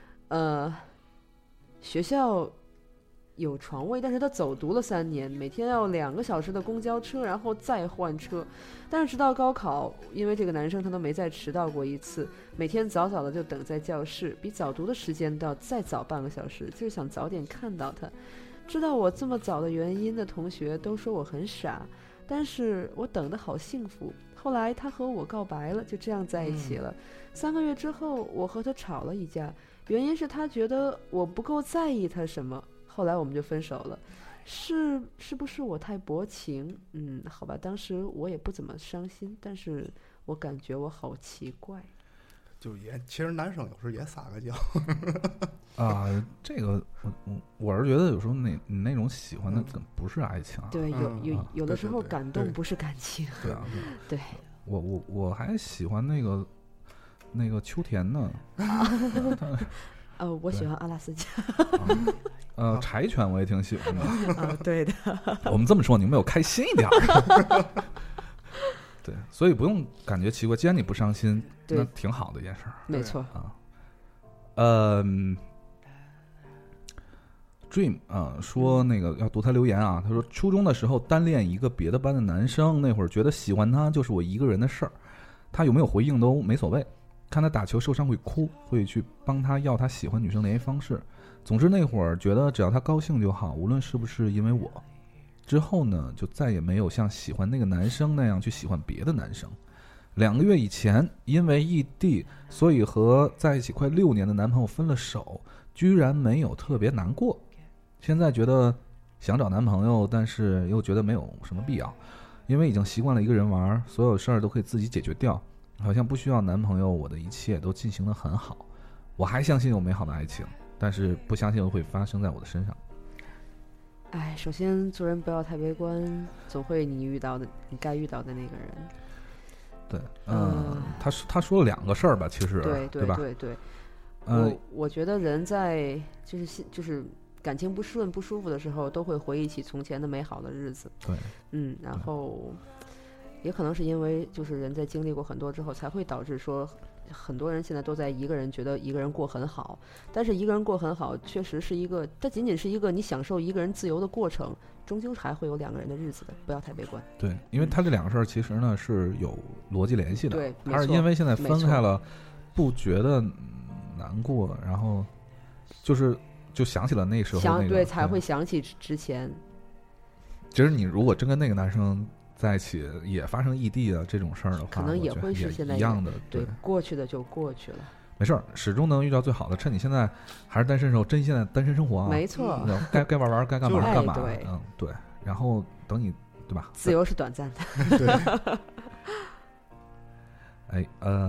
学校有床位，但是他走读了3年，每天要2个小时的公交车，然后再换车。但是直到高考，因为这个男生他都没再迟到过一次，每天早早的就等在教室，比早读的时间都要再早半个小时，就是想早点看到他。知道我这么早的原因的同学都说我很傻，但是我等得好幸福。后来他和我告白了，就这样在一起了。3个月之后，我和他吵了一架，原因是他觉得我不够在意他什么。后来我们就分手了，是不是我太薄情？好吧，当时我也不怎么伤心，但是我感觉我好奇怪。 就其实男生有时候也撒个娇这个我是觉得有时候你那种喜欢的不是爱情， 对，有的时候感动不是感情， 对啊， 对。 我还喜欢那个秋田呢。 我喜欢阿拉斯加。 柴犬我也挺喜欢的。 对的。 我们这么说，你们有开心一点。对，所以不用感觉奇怪，既然你不伤心，那挺好的一件事儿。 没错啊。Dream 说那个要读他留言啊，他说初中的时候单恋一个别的班的男生，那会儿觉得喜欢他就是我一个人的事儿，他有没有回应都没所谓。看他打球受伤会哭，会去帮他要他喜欢女生联系方式。总之那会儿觉得只要他高兴就好，无论是不是因为我。之后呢，就再也没有像喜欢那个男生那样去喜欢别的男生。2个月以前，因为异地，所以和在一起快6年的男朋友分了手，居然没有特别难过。现在觉得想找男朋友，但是又觉得没有什么必要，因为已经习惯了一个人玩，所有事儿都可以自己解决掉，好像不需要男朋友，我的一切都进行得很好。我还相信有美好的爱情，但是不相信会发生在我的身上。 哎，首先做人不要太悲观，总会你该遇到的那个人。 对，他说了2个事儿吧，其实对吧？ 对，我觉得人在就是感情不顺不舒服的时候，都会回忆起从前的美好的日子。 对， 然后也可能是因为就是人在经历过很多之后，才会导致说很多人现在都在一个人觉得一个人过很好，但是一个人过很好确实是它仅仅是一个你享受一个人自由的过程，终究还会有2个人的日子的，不要太悲观。 对，因为他这2个事儿其实呢是有逻辑联系的。 对， 他是因为现在分开了，不觉得难过，然后就想起了那时候对，才会想起之前。 其实你如果真跟那个男生在一起，也发生异地的这种事儿的话， 可能也会是现在一样的。 对，过去的就过去了， 没事儿，始终能遇到最好的。趁你现在还是单身的时候，珍惜现在单身生活啊！ 没错， 该玩，该干嘛干嘛。 对， 对。然后等你，对吧？ 自由是短暂的。 对。 哎，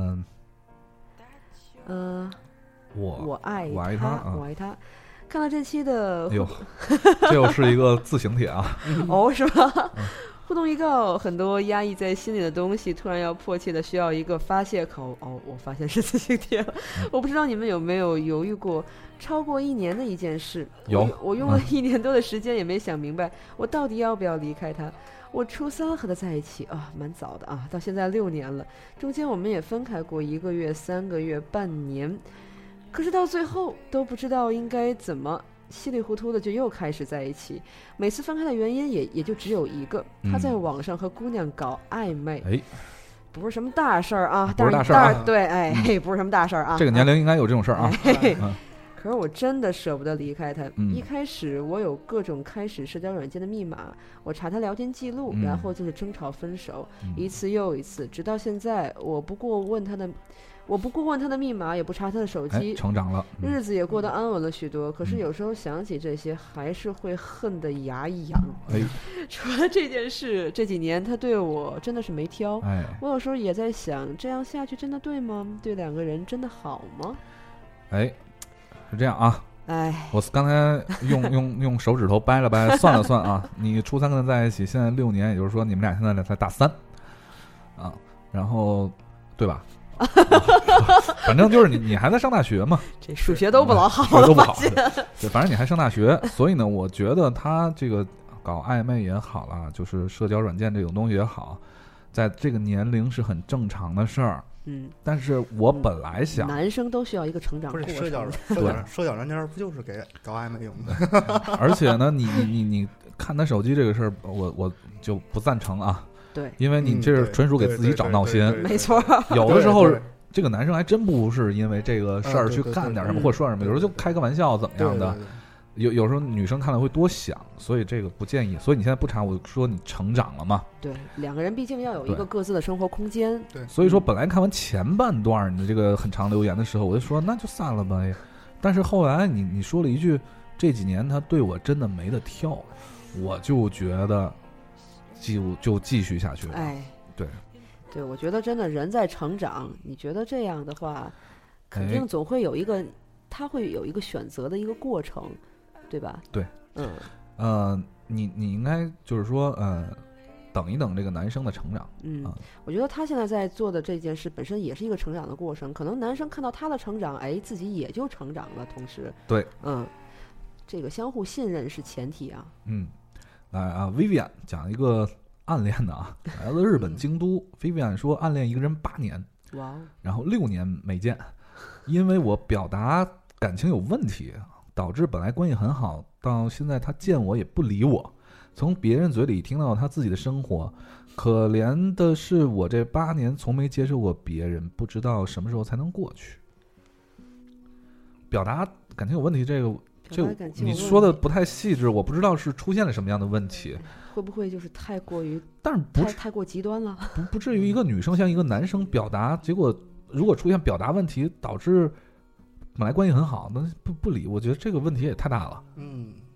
我爱他， 我爱他。看到这期的， 这又是一个自行帖啊！ 哦，是吧？互动预告，很多压抑在心里的东西，突然要迫切的需要一个发泄口。哦，我发现是自行帖了。我不知道你们有没有犹豫过超过1年的一件事？我用了1年多的时间，也没想明白我到底要不要离开他。我初3和他在一起啊，蛮早的啊，到现在6年了，中间我们也分开过1个月、3个月、半年，可是到最后都不知道应该怎么。稀里糊涂的就又开始在一起，每次分开的原因也就只有一个，他在网上和姑娘搞暧昧，不是什么大事儿啊， 不是大事儿， 对，不是什么大事儿啊， 这个年龄应该有这种事儿啊。 可是我真的舍不得离开他。一开始我有各种开始社交软件的密码，我查他聊天记录，然后就是争吵分手，一次又一次，直到现在，我不过问他的密码，也不查他的手机， 成长了， 日子也过得安稳了许多。可是有时候想起这些，还是会恨得牙一痒。除了这件事，这几年他对我真的是没挑。我有时候也在想，这样下去真的对吗？对2个人真的好吗？ 是这样啊。我刚才用手指头掰了掰，算了算啊，你初3跟他在一起，现在6年，也就是说你们俩现在才大3啊，然后对吧？反正就是你还在上大学嘛， 这数学都不老好了， 都不好。对，反正你还上大学，所以呢，我觉得他这个搞暧昧也好啦，就是社交软件这种东西也好，在这个年龄是很正常的事儿。但是我本来想， 男生都需要一个成长过程。 社交软件不就是给搞暧昧用的？ 而且呢，你看他手机这个事儿，我就不赞成啊。 对， 因为你这是纯属给自己找闹心。 没错， 有的时候这个男生还真不是因为这个事儿去干点什么或说什么，有时候就开个玩笑怎么样的。有时候女生看了会多想，所以这个不建议。所以你现在不查，我说你成长了嘛？ 对，2个人毕竟要有一个各自的生活空间。 对， 所以说本来看完前半段你的这个很长留言的时候，我就说那就散了吧。但是后来你说了一句，这几年他对我真的没得挑，我就觉得就继续下去了。 对，我觉得真的人在成长，你觉得这样的话，肯定总会有一个，他会有一个选择的一个过程，对吧？ 对，你应该就是说，等一等这个男生的成长。 我觉得他现在在做的这件事本身也是一个成长的过程，可能男生看到他的成长，自己也就成长了。同时， 对， 这个相互信任是前提啊。 来啊 ，Vivian 讲一个暗恋的啊，来自日本京都。Vivian 说暗恋一个人8年，然后6年没见，因为我表达感情有问题，导致本来关系很好，到现在他见我也不理我。从别人嘴里听到他自己的生活，可怜的是我这8年从没接受过别人，不知道什么时候才能过去。表达感情有问题，这你说的不太细致，我不知道是出现了什么样的问题。 会不会就是太过于， 但是太过极端了？ 不至于一个女生向一个男生表达，结果如果出现表达问题，导致本来关系很好，那不理，我觉得这个问题也太大了。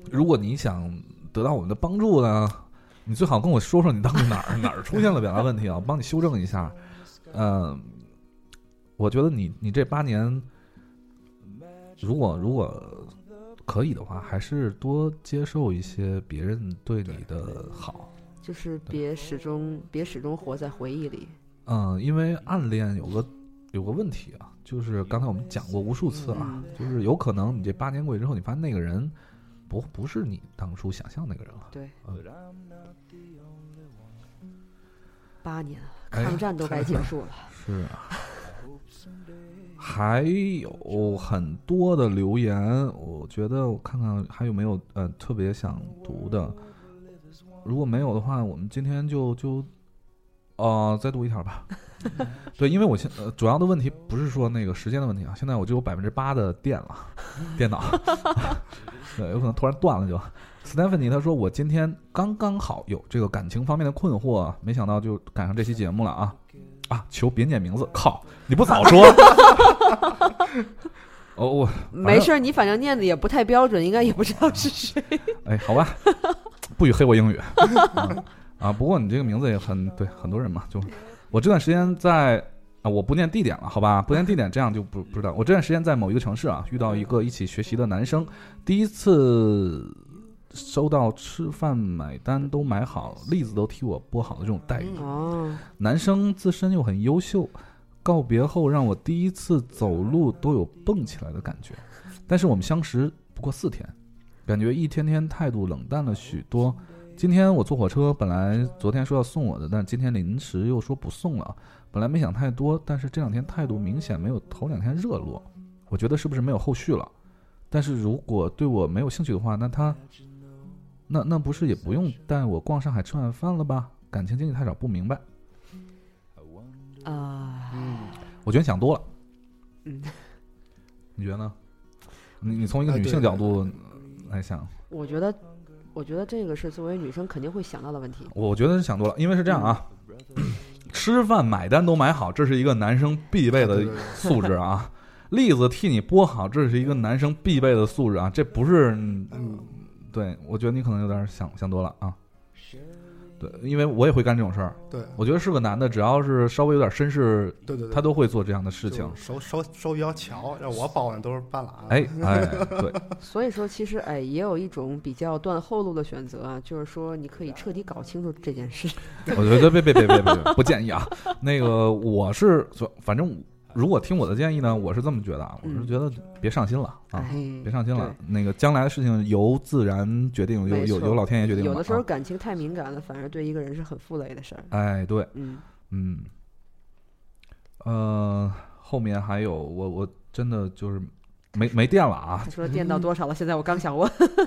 如果你想得到我们的帮助呢，你最好跟我说说你当时哪儿出现了表达问题啊，帮你修正一下。我觉得你这8年，如果可以的话，还是多接受一些别人对你的好， 就是别始终活在回忆里。 因为暗恋有个问题啊，就是刚才我们讲过无数次啊，就是有可能你这8年过去之后，你发现那个人不是你当初想象那个人了。 对，8年了，抗战都该结束了。 是啊。还有很多的留言，我觉得我看看还有没有特别想读的。如果没有的话，我们今天就再读一条吧。对，因为我主要的问题不是说那个时间的问题啊，现在我就有8%的电了，电脑，对，有可能突然断了就。Stephanie 他说我今天刚好有这个感情方面的困惑，没想到就赶上这期节目了啊！求别念名字，靠，你不早说？我没事，你反正念的也不太标准，应该也不知道是谁。 哎，好吧，不许黑我英语不过你这个名字也对，很多人嘛，就我这段时间在我不念地点了，好吧，不念地点，这样就不知道。我这段时间在某一个城市啊，遇到一个一起学习的男生，第一次收到吃饭买单都买好，栗子都替我剥好的这种待遇。男生自身又很优秀，告别后让我第一次走路都有蹦起来的感觉。但是我们相识不过4天，感觉一天天态度冷淡了许多。今天我坐火车，本来昨天说要送我的，但今天临时又说不送了。本来没想太多，但是这2天态度明显没有头2天热络，我觉得是不是没有后续了？但是如果对我没有兴趣的话，那他那不是也不用带我逛上海吃晚饭了吧？感情经济太少，不明白。我觉得你想多了。你觉得呢？你从一个女性角度来想， 我觉得这个是作为女生肯定会想到的问题。 我觉得是想多了，因为是这样啊，吃饭买单都买好，这是一个男生必备的素质啊。栗子替你剥好，这是一个男生必备的素质啊，这不是对，我觉得你可能有点想多了啊。对，因为我也会干这种事儿。 对， 我觉得是个男的，只要是稍微有点绅士， 对， 他都会做这样的事情。 手比较巧，让我包的都是半拉。 对。 所以说，其实也有一种比较断后路的选择啊，就是说你可以彻底搞清楚这件事。 我觉得别，不建议啊。那个我是反正。如果听我的建议呢，我是这么觉得啊，我是觉得别上心了啊，别上心了。那个将来的事情由自然决定，由老天爷决定。 有的时候感情太敏感了，反而对一个人是很负累的事儿。 对，后面还有我真的就是没电了啊。 他说电到多少了？现在我刚想问。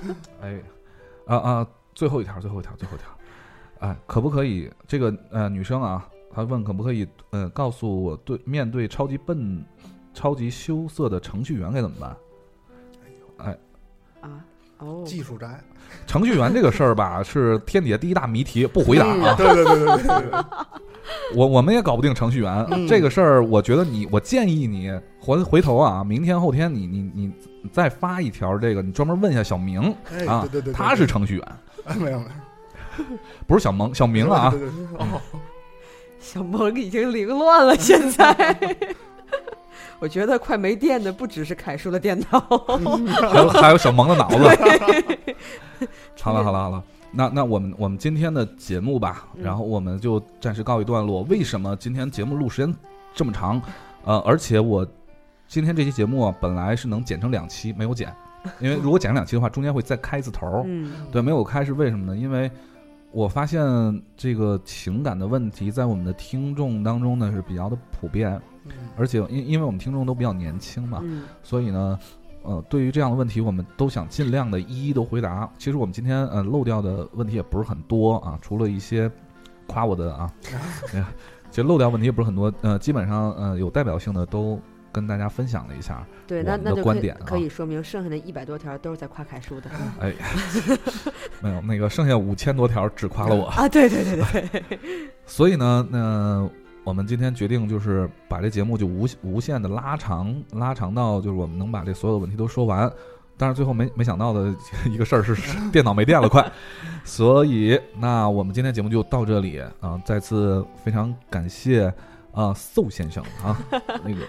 最后一条，可不可以？这个女生啊。他问可不可以告诉我面对超级笨、超级羞涩的程序员该怎么办？ 技术宅。 程序员这个事儿吧，是天底下第一大谜题，不回答啊。 对。 我们也搞不定程序员这个事儿，我觉得我建议你回头啊，明天后天你再发一条这个，你专门问一下小明啊， 对， 他是程序员。 没有， 不是小萌，小明啊。 小萌已经凌乱了，现在我觉得快没电的不只是凯叔的电脑， 还有小萌的脑子。好了，那我们今天的节目吧，然后我们就暂时告一段落。为什么今天节目录时间这么长？而且我今天这期节目本来是能剪成2期，没有剪，因为如果剪成2期的话，中间会再开一次头。对，没有开是为什么呢？因为我发现这个情感的问题在我们的听众当中呢是比较的普遍，而且因为我们听众都比较年轻嘛，所以呢，对于这样的问题，我们都想尽量的一一都回答。其实我们今天漏掉的问题也不是很多啊，除了一些夸我的啊，其实漏掉问题也不是很多，基本上有代表性的都跟大家分享了一下。 对，那就可以说明剩下的100多条都是在夸凯叔的。 没有，那个剩下5000多条只夸了我啊！对。 所以呢，我们今天决定就是把这节目就无限的拉长到就是我们能把这所有的问题都说完。 但是最后没想到的一个事儿是电脑没电了，快。所以那我们今天节目就到这里啊，再次非常感谢邹先生啊，那个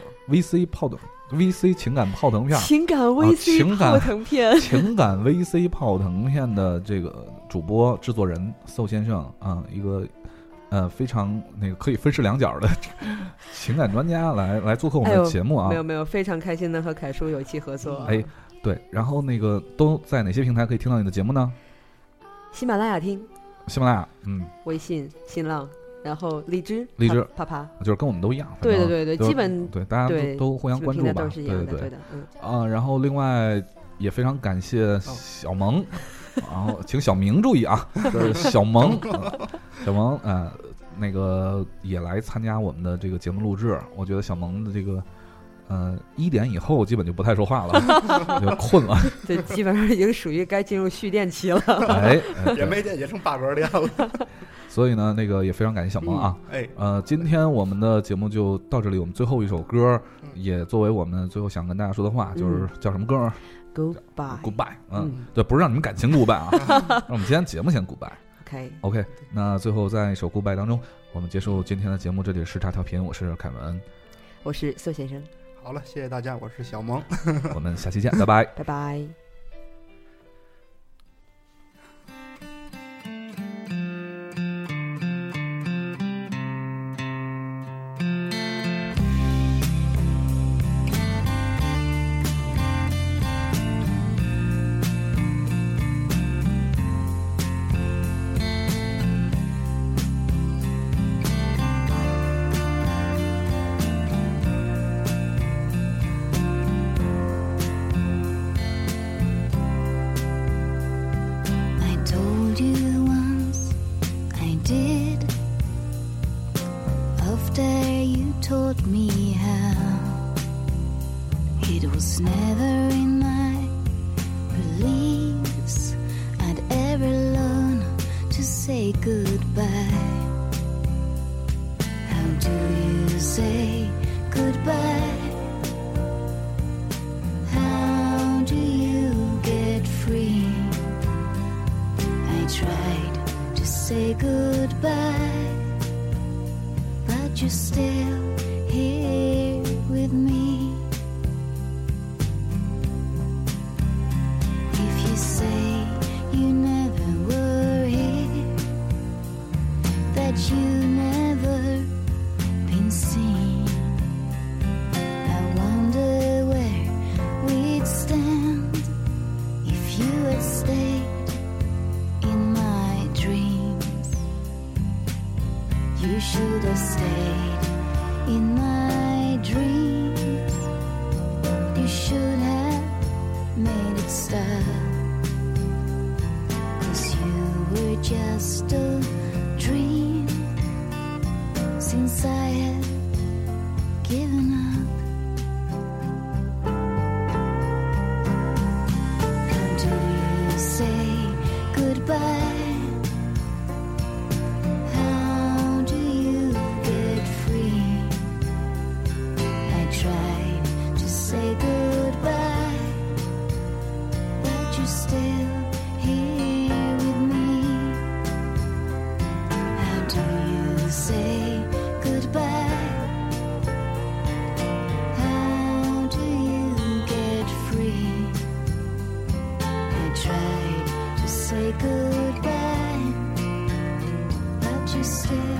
VC 情感泡腾片， 情感 VC 泡腾片， 情感 VC 泡腾片的这个主播制作人邹先生啊，一个非常那个可以分饰两角的情感专家来做客我们的节目啊。 没有，非常开心能和凯叔有一期合作。 哎，对，然后那个都在哪些平台可以听到你的节目呢？ 喜马拉雅听， 喜马拉雅， 微信、新浪，然后荔枝，啪啪， 就是跟我们都一样。 对，基本对大家都互相关注吧， 都是一样的，对的， 然后另外也非常感谢小萌，然后请小明注意啊，这是小萌，小萌那个也来参加我们的这个节目录制。我觉得小萌的这个1点以后基本就不太说话了，就困了。 对，基本上已经属于该进入蓄电期了。 哎， 也没电，也剩8格电了。 所以呢，那个也非常感谢小萌啊。今天我们的节目就到这里。我们最后一首歌，也作为我们最后想跟大家说的话，就是叫什么歌？Goodbye。对，不是让你们感情 Goodbye 啊，让我们今天节目先 Goodbye。OK， 那最后在一首 Goodbye 当中，我们结束今天的节目。这里是茶调频，我是凯文， 我是邹先生。 好了，谢谢大家，我是小萌， 我们下期见，拜拜， 拜拜。 Say goodbye, but you still